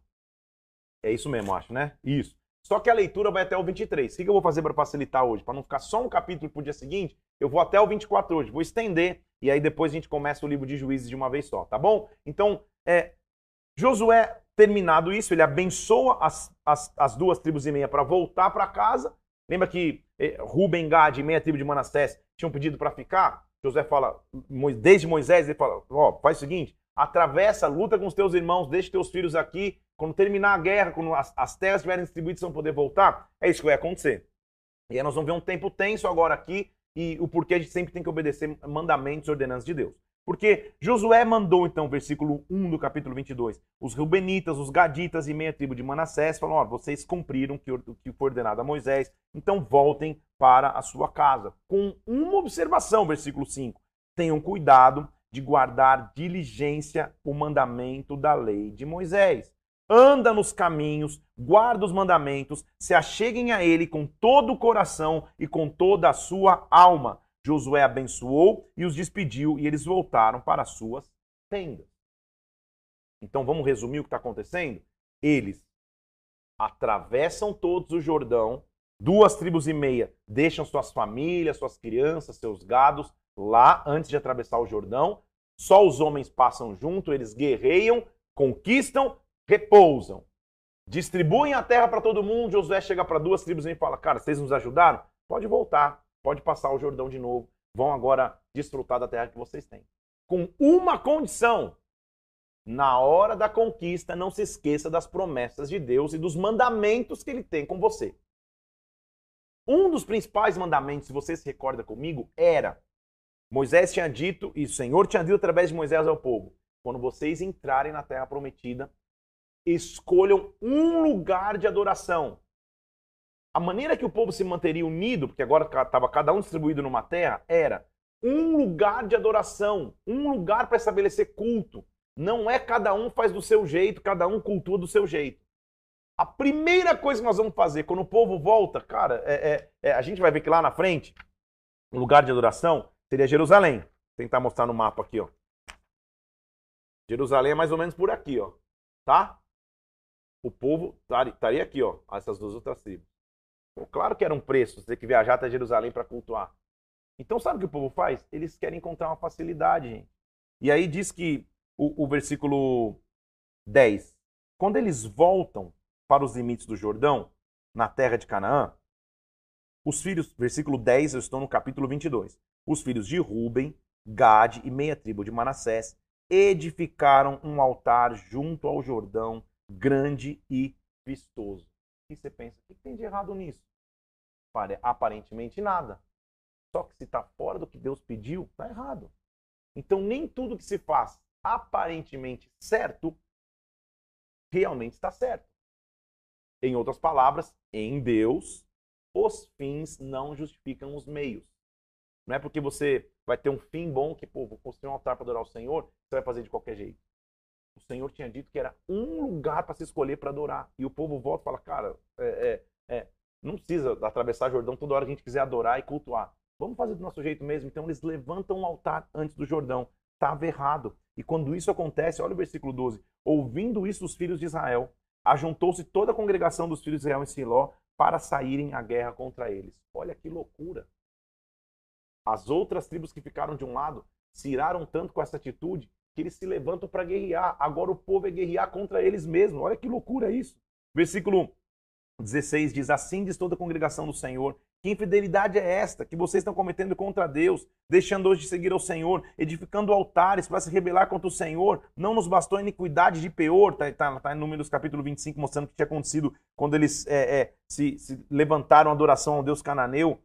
É isso mesmo, acho, né? Isso. Só que a leitura vai até o vinte e três. O que eu vou fazer para facilitar hoje? Para não ficar só um capítulo para o dia seguinte, eu vou até o vinte e quatro hoje. Vou estender e aí depois a gente começa o livro de Juízes de uma vez só, tá bom? Então, é, Josué, terminado isso, ele abençoa as, as, as duas tribos e meia para voltar para casa. Lembra que eh, Ruben, Gad e meia tribo de Manassés tinham pedido para ficar? Josué fala, desde Moisés, ele fala, ó, oh, faz o seguinte, atravessa, luta com os teus irmãos, deixa teus filhos aqui. Quando terminar a guerra, quando as, as terras estiverem distribuídas, vocês vão poder voltar. É isso que vai acontecer. E aí nós vamos ver um tempo tenso agora aqui e o porquê a gente sempre tem que obedecer mandamentos e ordenanças de Deus. Porque Josué mandou, então, versículo um do capítulo vinte e dois, os Reubenitas, os Gaditas e meia tribo de Manassés, falaram, ó, vocês cumpriram o que, o que foi ordenado a Moisés, então voltem para a sua casa. Com uma observação, versículo cinco, tenham cuidado de guardar diligência o mandamento da lei de Moisés. Anda nos caminhos, guarda os mandamentos, se acheguem a ele com todo o coração e com toda a sua alma. Josué abençoou e os despediu e eles voltaram para as suas tendas. Então vamos resumir o que está acontecendo? Eles atravessam todos o Jordão, duas tribos e meia deixam suas famílias, suas crianças, seus gados lá antes de atravessar o Jordão. Só os homens passam junto, eles guerreiam, conquistam, repousam. Distribuem a terra para todo mundo. Josué chega para duas tribos e fala, cara, vocês nos ajudaram? Pode voltar. Pode passar o Jordão de novo. Vão agora desfrutar da terra que vocês têm. Com uma condição. Na hora da conquista, não se esqueça das promessas de Deus e dos mandamentos que ele tem com você. Um dos principais mandamentos, se você se recorda comigo, era... Moisés tinha dito, e o Senhor tinha dito através de Moisés ao povo, quando vocês entrarem na terra prometida, escolham um lugar de adoração. A maneira que o povo se manteria unido, porque agora estava cada um distribuído numa terra, era um lugar de adoração, um lugar para estabelecer culto. Não é cada um faz do seu jeito, cada um cultua do seu jeito. A primeira coisa que nós vamos fazer quando o povo volta, cara, é, é, é, a gente vai ver que lá na frente, um lugar de adoração seria Jerusalém. Vou tentar mostrar no mapa aqui, ó. Jerusalém é mais ou menos por aqui, ó. Tá? O povo estaria aqui, ó, essas duas outras tribos. Claro que era um preço, você ter que viajar até Jerusalém para cultuar. Então sabe o que o povo faz? Eles querem encontrar uma facilidade, gente. E aí diz que o, o versículo dez, quando eles voltam para os limites do Jordão, na terra de Canaã, os filhos, versículo dez, eu estou no capítulo vinte e dois, os filhos de Ruben, Gade e meia tribo de Manassés edificaram um altar junto ao Jordão, grande e vistoso. E você pensa, o que tem de errado nisso? Aparentemente nada. Só que se está fora do que Deus pediu, está errado. Então nem tudo que se faz aparentemente certo, realmente está certo. Em outras palavras, em Deus, os fins não justificam os meios. Não é porque você vai ter um fim bom que, pô, vou construir um altar para adorar o Senhor, você vai fazer de qualquer jeito. O Senhor tinha dito que era um lugar para se escolher para adorar. E o povo volta e fala, cara, é, é, é, não precisa atravessar Jordão toda hora que a gente quiser adorar e cultuar. Vamos fazer do nosso jeito mesmo. Então eles levantam um altar antes do Jordão. Estava errado. E quando isso acontece, olha o versículo doze. Ouvindo isso, os filhos de Israel, ajuntou-se toda a congregação dos filhos de Israel em Siló para saírem à guerra contra eles. Olha que loucura. As outras tribos que ficaram de um lado se iraram tanto com essa atitude que eles se levantam para guerrear. Agora o povo é guerrear contra eles mesmos. Olha que loucura isso. Versículo dezesseis diz, assim diz toda a congregação do Senhor, que infidelidade é esta que vocês estão cometendo contra Deus, deixando hoje de seguir ao Senhor, edificando altares para se rebelar contra o Senhor? Não nos bastou a iniquidade de Peor, está tá, tá em Números capítulo vinte e cinco, mostrando o que tinha acontecido quando eles é, é, se, se levantaram a adoração ao Deus cananeu.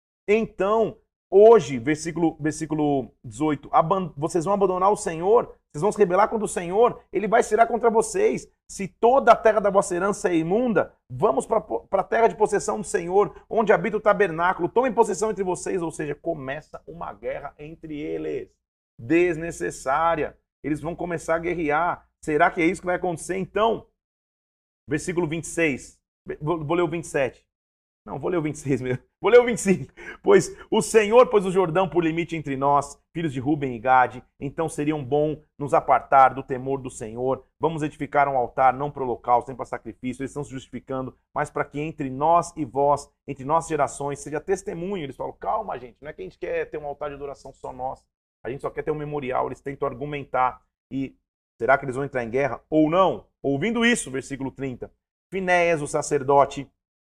Então, hoje, versículo, versículo dezoito, vocês vão abandonar o Senhor, vocês vão se rebelar contra o Senhor, ele vai se irar contra vocês. Se toda a terra da vossa herança é imunda, vamos para a terra de possessão do Senhor, onde habita o tabernáculo, tomem possessão entre vocês, ou seja, começa uma guerra entre eles, desnecessária. Eles vão começar a guerrear. Será que é isso que vai acontecer então? Versículo vinte e seis, vou, vou ler o vinte e sete. Não, vou ler o vinte e seis mesmo. Vou ler o vinte e cinco. Pois o Senhor pôs o Jordão por limite entre nós, filhos de Ruben e Gade. Então seria bom nos apartar do temor do Senhor. Vamos edificar um altar, não para o holocausto, nem para sacrifício. Eles estão se justificando, mas para que entre nós e vós, entre nossas gerações, seja testemunho. Eles falam, calma, gente, não é que a gente quer ter um altar de adoração só nosso. A gente só quer ter um memorial. Eles tentam argumentar. E será que eles vão entrar em guerra ou não? Ouvindo isso, versículo trinta. Finéias, o sacerdote,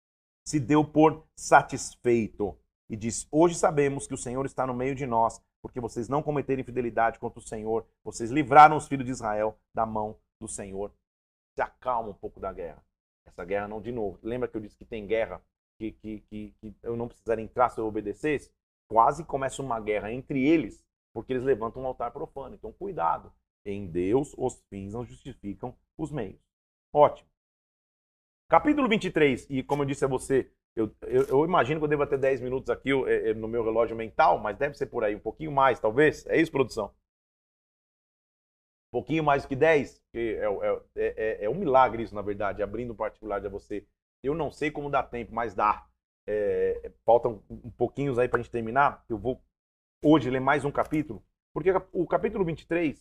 se deu por satisfeito e diz, hoje sabemos que o Senhor está no meio de nós, porque vocês não cometeram infidelidade contra o Senhor, vocês livraram os filhos de Israel da mão do Senhor. Se acalma um pouco da guerra. Essa guerra não de novo. Lembra que eu disse que tem guerra que, que, que, que eu não precisaria entrar se eu obedecesse? Quase começa uma guerra entre eles, porque eles levantam um altar profano. Então cuidado. Em Deus os fins não justificam os meios. Ótimo. Capítulo vinte e três, e como eu disse a você, eu, eu, eu imagino que eu devo ter dez minutos aqui eu, eu, no meu relógio mental, mas deve ser por aí, um pouquinho mais, talvez. É isso, produção? Um pouquinho mais do que dez? É, é, é, é um milagre isso, na verdade, abrindo um particular de você. Eu não sei como dá tempo, mas dá. É, faltam um pouquinhos aí para a gente terminar. Eu vou hoje ler mais um capítulo, porque o capítulo vinte e três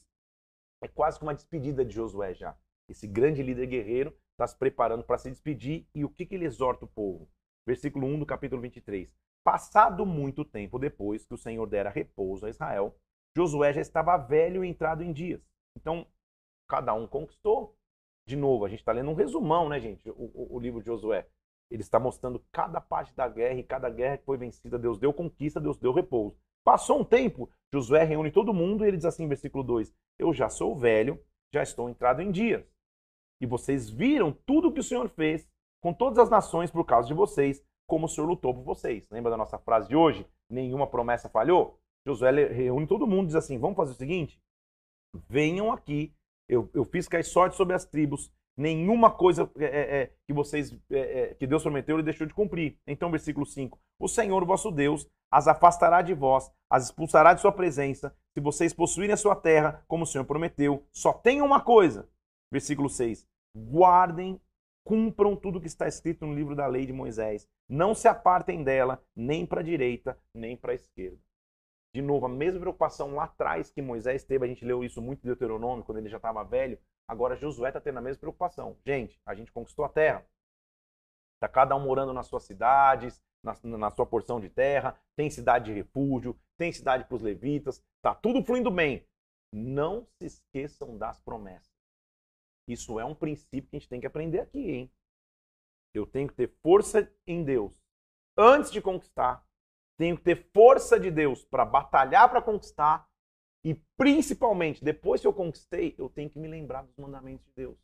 é quase que uma despedida de Josué já. Esse grande líder guerreiro está se preparando para se despedir. E o que, que ele exorta o povo? Versículo um do capítulo vinte e três. Passado muito tempo depois que o Senhor dera repouso a Israel, Josué já estava velho e entrado em dias. Então, cada um conquistou. De novo, a gente está lendo um resumão, né, gente? O, o, o livro de Josué. Ele está mostrando cada parte da guerra e cada guerra que foi vencida. Deus deu conquista, Deus deu repouso. Passou um tempo, Josué reúne todo mundo e ele diz assim, versículo dois. Eu já sou velho, já estou entrado em dias. E vocês viram tudo o que o Senhor fez com todas as nações por causa de vocês, como o Senhor lutou por vocês. Lembra da nossa frase de hoje? Nenhuma promessa falhou? Josué reúne todo mundo e diz assim, vamos fazer o seguinte? Venham aqui, eu, eu fiz cair sorte sobre as tribos, nenhuma coisa é, é, que vocês, é, é, que Deus prometeu, ele deixou de cumprir. Então, versículo cinco, o Senhor, vosso Deus, as afastará de vós, as expulsará de sua presença, se vocês possuírem a sua terra, como o Senhor prometeu. Só tenham uma coisa. Versículo seis, guardem, cumpram tudo que está escrito no livro da lei de Moisés. Não se apartem dela, nem para a direita, nem para a esquerda. De novo, a mesma preocupação lá atrás que Moisés teve, a gente leu isso muito em Deuteronômio, quando ele já estava velho, agora Josué está tendo a mesma preocupação. Gente, a gente conquistou a terra. Está cada um morando nas suas cidades, na, na sua porção de terra, tem cidade de refúgio, tem cidade para os levitas, está tudo fluindo bem. Não se esqueçam das promessas. Isso é um princípio que a gente tem que aprender aqui, hein? Eu tenho que ter força em Deus antes de conquistar. Tenho que ter força de Deus para batalhar para conquistar. E principalmente, depois que eu conquistei, eu tenho que me lembrar dos mandamentos de Deus.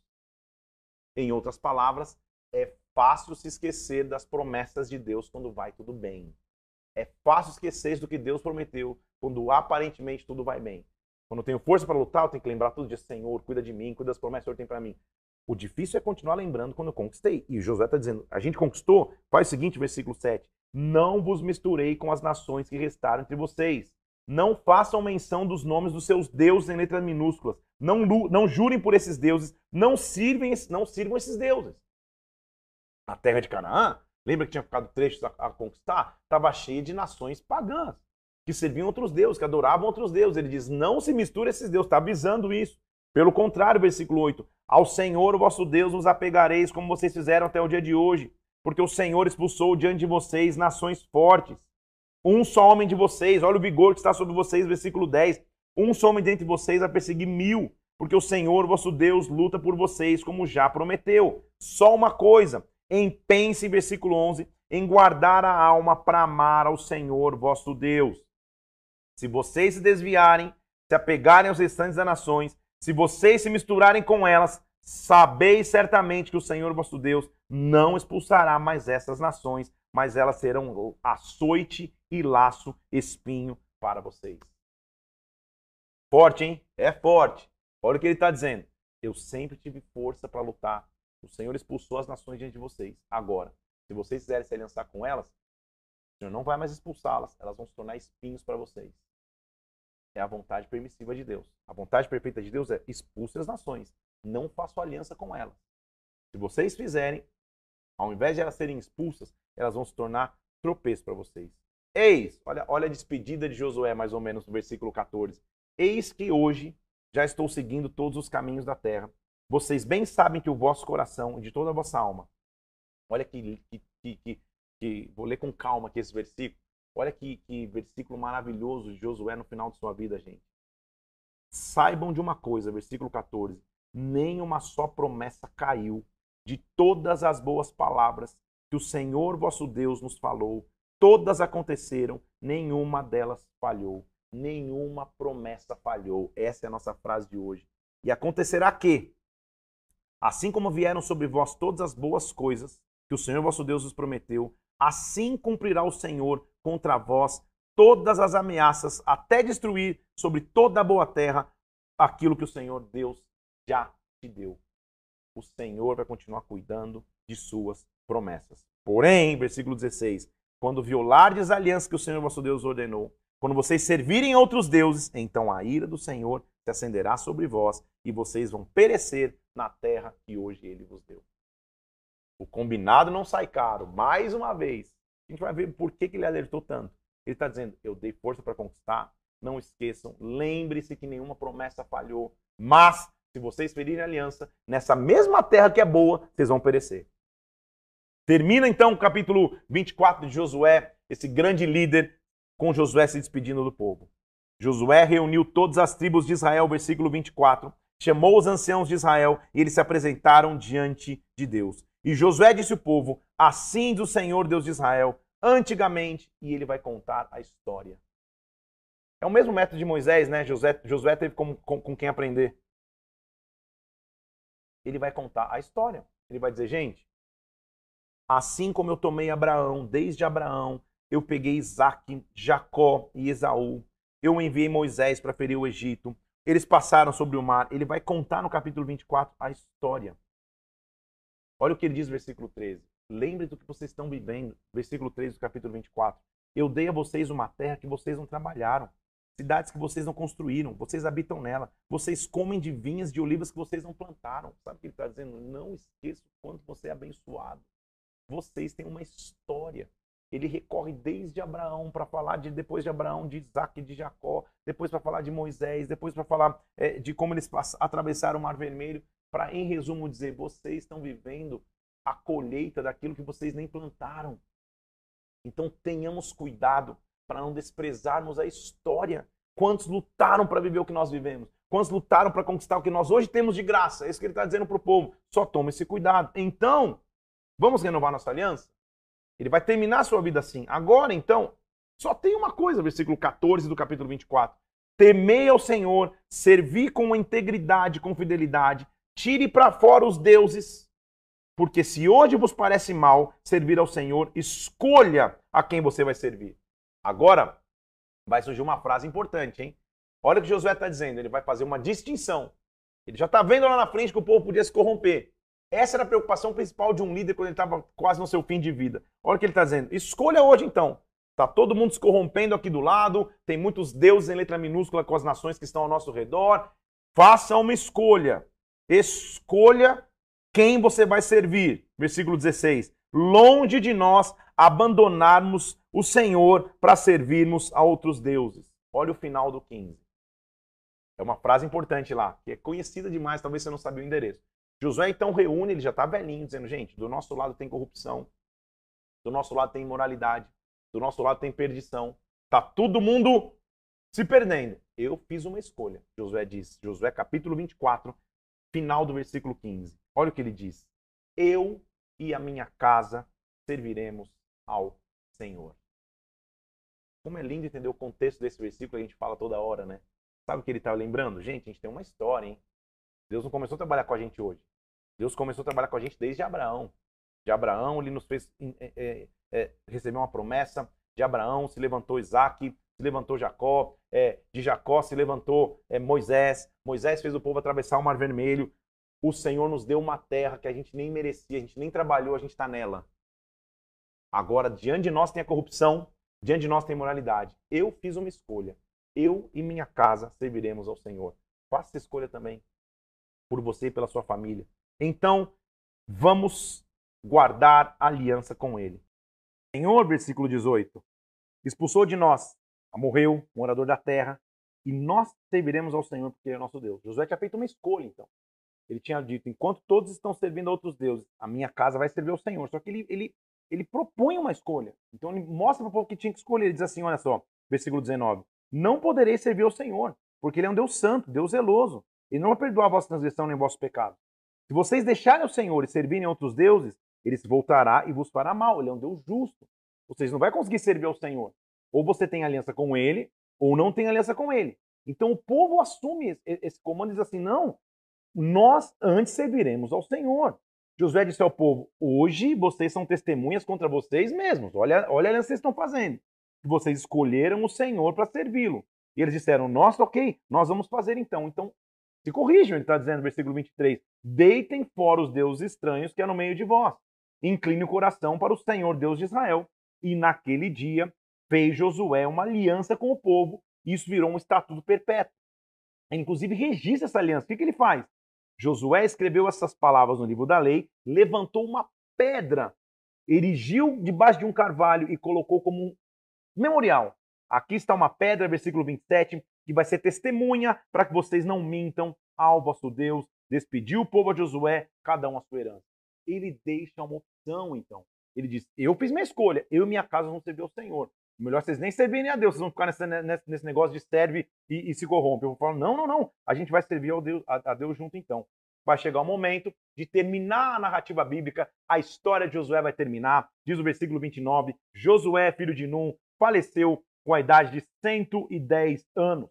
Em outras palavras, é fácil se esquecer das promessas de Deus quando vai tudo bem. É fácil esquecer do que Deus prometeu quando aparentemente tudo vai bem. Quando eu tenho força para lutar, eu tenho que lembrar todo dia, Senhor, cuida de mim, cuida das promessas que o Senhor tem para mim. O difícil é continuar lembrando quando eu conquistei. E Josué está dizendo, a gente conquistou? Faz o seguinte, versículo sete. Não vos misturei com as nações que restaram entre vocês. Não façam menção dos nomes dos seus deuses em letras minúsculas. Não, não jurem por esses deuses. Não, sirvem, não sirvam esses deuses. A terra de Canaã, lembra que tinha ficado trechos a, a conquistar? Estava cheia de nações pagãs, que serviam outros deuses, que adoravam outros deuses. Ele diz, não se misture esses deuses. Está avisando isso. Pelo contrário, versículo oito. Ao Senhor, o vosso Deus, vos apegareis, como vocês fizeram até o dia de hoje. Porque o Senhor expulsou diante de vocês nações fortes. Um só homem de vocês, olha o vigor que está sobre vocês, versículo dez. Um só homem dentre vocês a perseguir mil, porque o Senhor, vosso Deus, luta por vocês, como já prometeu. Só uma coisa, empenhe-se, versículo onze, em guardar a alma para amar ao Senhor, vosso Deus. Se vocês se desviarem, se apegarem aos restantes das nações, se vocês se misturarem com elas, sabeis certamente que o Senhor, vosso Deus, não expulsará mais essas nações, mas elas serão açoite e laço, espinho para vocês. Forte, hein? É forte. Olha o que ele está dizendo. Eu sempre tive força para lutar. O Senhor expulsou as nações diante de vocês. Agora, se vocês quiserem se aliançar com elas, o Senhor não vai mais expulsá-las. Elas vão se tornar espinhos para vocês. É a vontade permissiva de Deus. A vontade perfeita de Deus é expulse as nações. Não faço aliança com elas. Se vocês fizerem, ao invés de elas serem expulsas, elas vão se tornar tropeço para vocês. Eis, olha, olha a despedida de Josué, mais ou menos, no versículo quatorze. Eis que hoje já estou seguindo todos os caminhos da terra. Vocês bem sabem que o vosso coração e de toda a vossa alma. Olha que, que, que, que, que vou ler com calma aqui esse versículo. Olha que, que versículo maravilhoso de Josué no final de sua vida, gente. Saibam de uma coisa, versículo quatorze. Nem uma só promessa caiu de todas as boas palavras que o Senhor vosso Deus nos falou. Todas aconteceram, nenhuma delas falhou. Nenhuma promessa falhou. Essa é a nossa frase de hoje. E acontecerá que, assim como vieram sobre vós todas as boas coisas que o Senhor vosso Deus vos prometeu, assim cumprirá o Senhor contra vós todas as ameaças, até destruir sobre toda a boa terra aquilo que o Senhor Deus já te deu. O Senhor vai continuar cuidando de suas promessas. Porém, versículo dezesseis, quando violardes a aliança que o Senhor vosso Deus ordenou, quando vocês servirem outros deuses, então a ira do Senhor se acenderá sobre vós e vocês vão perecer na terra que hoje ele vos deu. O combinado não sai caro. Mais uma vez, a gente vai ver por que ele alertou tanto. Ele está dizendo, eu dei força para conquistar, não esqueçam, lembre-se que nenhuma promessa falhou, mas se vocês ferirem a aliança, nessa mesma terra que é boa, vocês vão perecer. Termina então o capítulo vinte e quatro de Josué, esse grande líder, com Josué se despedindo do povo. Josué reuniu todas as tribos de Israel, versículo vinte e quatro, chamou os anciãos de Israel e eles se apresentaram diante de Deus. E Josué disse ao povo, assim diz o Senhor Deus de Israel, antigamente, e ele vai contar a história. É o mesmo método de Moisés, né? Josué, Josué teve com, com, com quem aprender. Ele vai contar a história. Ele vai dizer, gente, assim como eu tomei Abraão, desde Abraão, eu peguei Isaque, Jacó e Esaú, eu enviei Moisés para ferir o Egito, eles passaram sobre o mar. Ele vai contar no capítulo vinte e quatro a história. Olha o que ele diz no versículo treze. Lembre do que vocês estão vivendo. Versículo treze do capítulo vinte e quatro. Eu dei a vocês uma terra que vocês não trabalharam. Cidades que vocês não construíram. Vocês habitam nela. Vocês comem de vinhas de olivas que vocês não plantaram. Sabe o que ele está dizendo? Não esqueça o quanto você é abençoado. Vocês têm uma história. Ele recorre desde Abraão para falar de, depois de Abraão, de Isaque, de Jacó, depois para falar de Moisés, depois para falar é, de como eles atravessaram o Mar Vermelho, para, em resumo, dizer, vocês estão vivendo a colheita daquilo que vocês nem plantaram. Então tenhamos cuidado para não desprezarmos a história. Quantos lutaram para viver o que nós vivemos? Quantos lutaram para conquistar o que nós hoje temos de graça? É isso que ele está dizendo para o povo. Só tome esse cuidado. Então, vamos renovar nossa aliança? Ele vai terminar a sua vida assim. Agora, então, só tem uma coisa, versículo quatorze do capítulo vinte e quatro. Temei ao Senhor, servi com integridade, com fidelidade, tire para fora os deuses, porque se hoje vos parece mal servir ao Senhor, escolha a quem você vai servir. Agora, vai surgir uma frase importante, hein? Olha o que Josué está dizendo, ele vai fazer uma distinção. Ele já está vendo lá na frente que o povo podia se corromper. Essa era a preocupação principal de um líder quando ele estava quase no seu fim de vida. Olha o que ele está dizendo. Escolha hoje, então. Está todo mundo se corrompendo aqui do lado, tem muitos deuses em letra minúscula com as nações que estão ao nosso redor. Faça uma escolha. Escolha quem você vai servir. Versículo dezesseis. Longe de nós abandonarmos o Senhor para servirmos a outros deuses. Olha o final do quinze. É uma frase importante lá, que é conhecida demais, talvez você não sabia o endereço. Josué então reúne, ele já está velhinho, dizendo, gente, do nosso lado tem corrupção, do nosso lado tem imoralidade, do nosso lado tem perdição. Está todo mundo se perdendo. Eu fiz uma escolha, Josué diz. Josué capítulo vinte e quatro, final do versículo quinze. Olha o que ele diz. Eu e a minha casa serviremos ao Senhor. Como é lindo entender o contexto desse versículo, a gente fala toda hora, né? Sabe o que ele está lembrando? Gente, a gente tem uma história, hein? Deus não começou a trabalhar com a gente hoje. Deus começou a trabalhar com a gente desde Abraão. De Abraão, ele nos fez é, é, é, receber uma promessa. De Abraão se levantou Isaac, se levantou Jacó. É, de Jacó se levantou é, Moisés. Moisés fez o povo atravessar o Mar Vermelho. O Senhor nos deu uma terra que a gente nem merecia, a gente nem trabalhou, a gente está nela. Agora, diante de nós tem a corrupção, diante de nós tem moralidade. Eu fiz uma escolha. Eu e minha casa serviremos ao Senhor. Faça essa escolha também. Por você e pela sua família. Então, vamos guardar aliança com ele. Senhor, versículo dezoito, expulsou de nós, morreu, morador da terra, e nós serviremos ao Senhor porque ele é nosso Deus. Josué tinha feito uma escolha, então. Ele tinha dito, enquanto todos estão servindo a outros deuses, a minha casa vai servir ao Senhor. Só que ele, ele, ele propõe uma escolha. Então ele mostra para o povo que tinha que escolher. Ele diz assim, olha só, versículo dezenove, não podereis servir ao Senhor, porque ele é um Deus santo, Deus zeloso. Ele não vai perdoar a vossa transgressão nem o vosso pecado. Se vocês deixarem o Senhor e servirem a outros deuses, ele se voltará e vos fará mal. Ele é um Deus justo. Vocês não vão conseguir servir ao Senhor. Ou você tem aliança com ele, ou não tem aliança com ele. Então o povo assume esse comando e diz assim, não, nós antes serviremos ao Senhor. Josué disse ao povo, hoje vocês são testemunhas contra vocês mesmos. Olha, olha a aliança que vocês estão fazendo. Vocês escolheram o Senhor para servi-lo. E eles disseram, nossa, ok, nós vamos fazer então. Então, se corrijam, ele está dizendo no versículo vinte e três, deitem fora os deuses estranhos que há no meio de vós. Incline o coração para o Senhor, Deus de Israel. E naquele dia fez Josué uma aliança com o povo, e isso virou um estatuto perpétuo. Ele, inclusive, registra essa aliança. O que, que ele faz? Josué escreveu essas palavras no livro da lei, levantou uma pedra, erigiu debaixo de um carvalho e colocou como um memorial. Aqui está uma pedra, versículo vinte e sete, que vai ser testemunha para que vocês não mintam ao vosso Deus. Despediu o povo a Josué, cada um a sua herança. Ele deixa uma opção, então. Ele diz, eu fiz minha escolha, eu e minha casa vamos servir ao Senhor. Melhor vocês nem servirem a Deus, vocês vão ficar nesse, nesse, nesse negócio de serve e, e se corrompe. Eu vou falar, não, não, não, a gente vai servir ao Deus, a, a Deus junto então. Vai chegar o momento de terminar a narrativa bíblica, a história de Josué vai terminar. Diz o versículo vinte e nove, Josué, filho de Num, faleceu com a idade de cento e dez anos.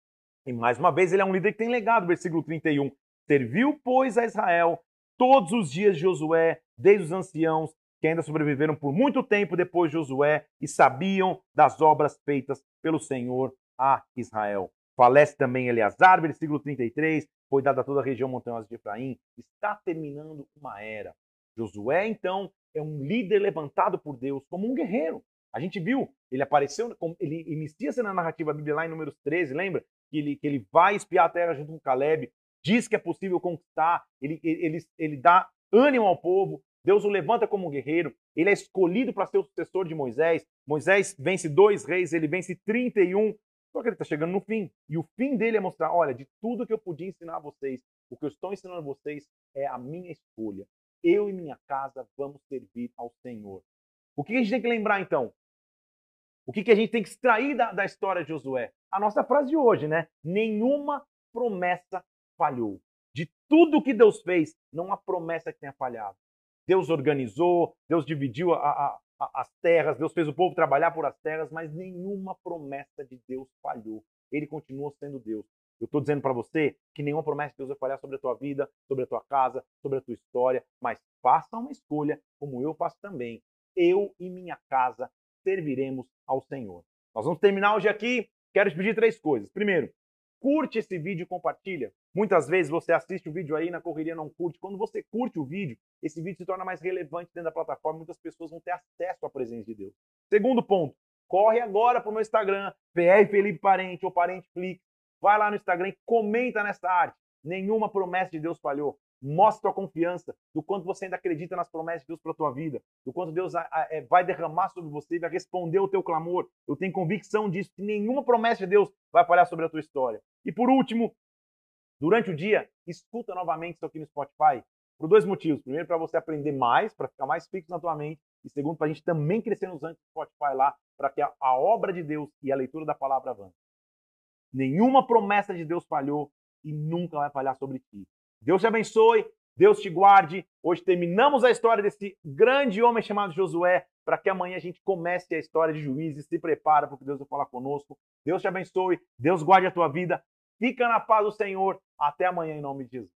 E mais uma vez ele é um líder que tem legado, versículo trinta e um. Serviu, pois, a Israel todos os dias de Josué, desde os anciãos, que ainda sobreviveram por muito tempo depois de Josué e sabiam das obras feitas pelo Senhor a Israel. Falece também Eleazar, versículo trinta e três, foi dada a toda a região montanhosa de Efraim. Está terminando uma era. Josué, então, é um líder levantado por Deus como um guerreiro. A gente viu, ele apareceu, ele inicia-se na narrativa bíblica lá em Números treze, lembra? Que ele, que ele vai espiar a terra junto com Caleb, diz que é possível conquistar, ele, ele, ele dá ânimo ao povo, Deus o levanta como um guerreiro, ele é escolhido para ser o sucessor de Moisés. Moisés vence dois reis, ele vence trinta e um, só que ele está chegando no fim. E o fim dele é mostrar, olha, de tudo que eu podia ensinar a vocês, o que eu estou ensinando a vocês é a minha escolha. Eu e minha casa vamos servir ao Senhor. O que a gente tem que lembrar, então? O que a gente tem que extrair da, da história de Josué? A nossa frase de hoje, né? Nenhuma promessa falhou. De tudo que Deus fez, não há promessa que tenha falhado. Deus organizou, Deus dividiu a, a, a, as terras, Deus fez o povo trabalhar por as terras, mas nenhuma promessa de Deus falhou. Ele continua sendo Deus. Eu estou dizendo para você que nenhuma promessa de Deus vai falhar sobre a tua vida, sobre a tua casa, sobre a tua história, mas faça uma escolha, como eu faço também. Eu e minha casa serviremos ao Senhor. Nós vamos terminar hoje aqui. Quero te pedir três coisas. Primeiro, curte esse vídeo e compartilha. Muitas vezes você assiste o vídeo aí, na correria não curte. Quando você curte o vídeo, esse vídeo se torna mais relevante dentro da plataforma, muitas pessoas vão ter acesso à presença de Deus. Segundo ponto, corre agora para o meu Instagram, P R Felipe Parente ou Parente Flix. Vai lá no Instagram e comenta nessa arte. Nenhuma promessa de Deus falhou. Mostra tua confiança, do quanto você ainda acredita nas promessas de Deus para a tua vida, do quanto Deus vai derramar sobre você, vai responder o teu clamor. Eu tenho convicção disso, que nenhuma promessa de Deus vai falhar sobre a tua história. E por último, durante o dia, escuta novamente isso aqui no Spotify, por dois motivos. Primeiro, para você aprender mais, para ficar mais fixo na tua mente. E segundo, para a gente também crescer nos rankings do Spotify lá, para que a, a obra de Deus e a leitura da palavra avance. Nenhuma promessa de Deus falhou e nunca vai falhar sobre ti. Deus te abençoe, Deus te guarde. Hoje terminamos a história desse grande homem chamado Josué, para que amanhã a gente comece a história de Juízes. Se prepara para o que Deus vai falar conosco. Deus te abençoe, Deus guarde a tua vida. Fica na paz do Senhor. Até amanhã, em nome de Jesus.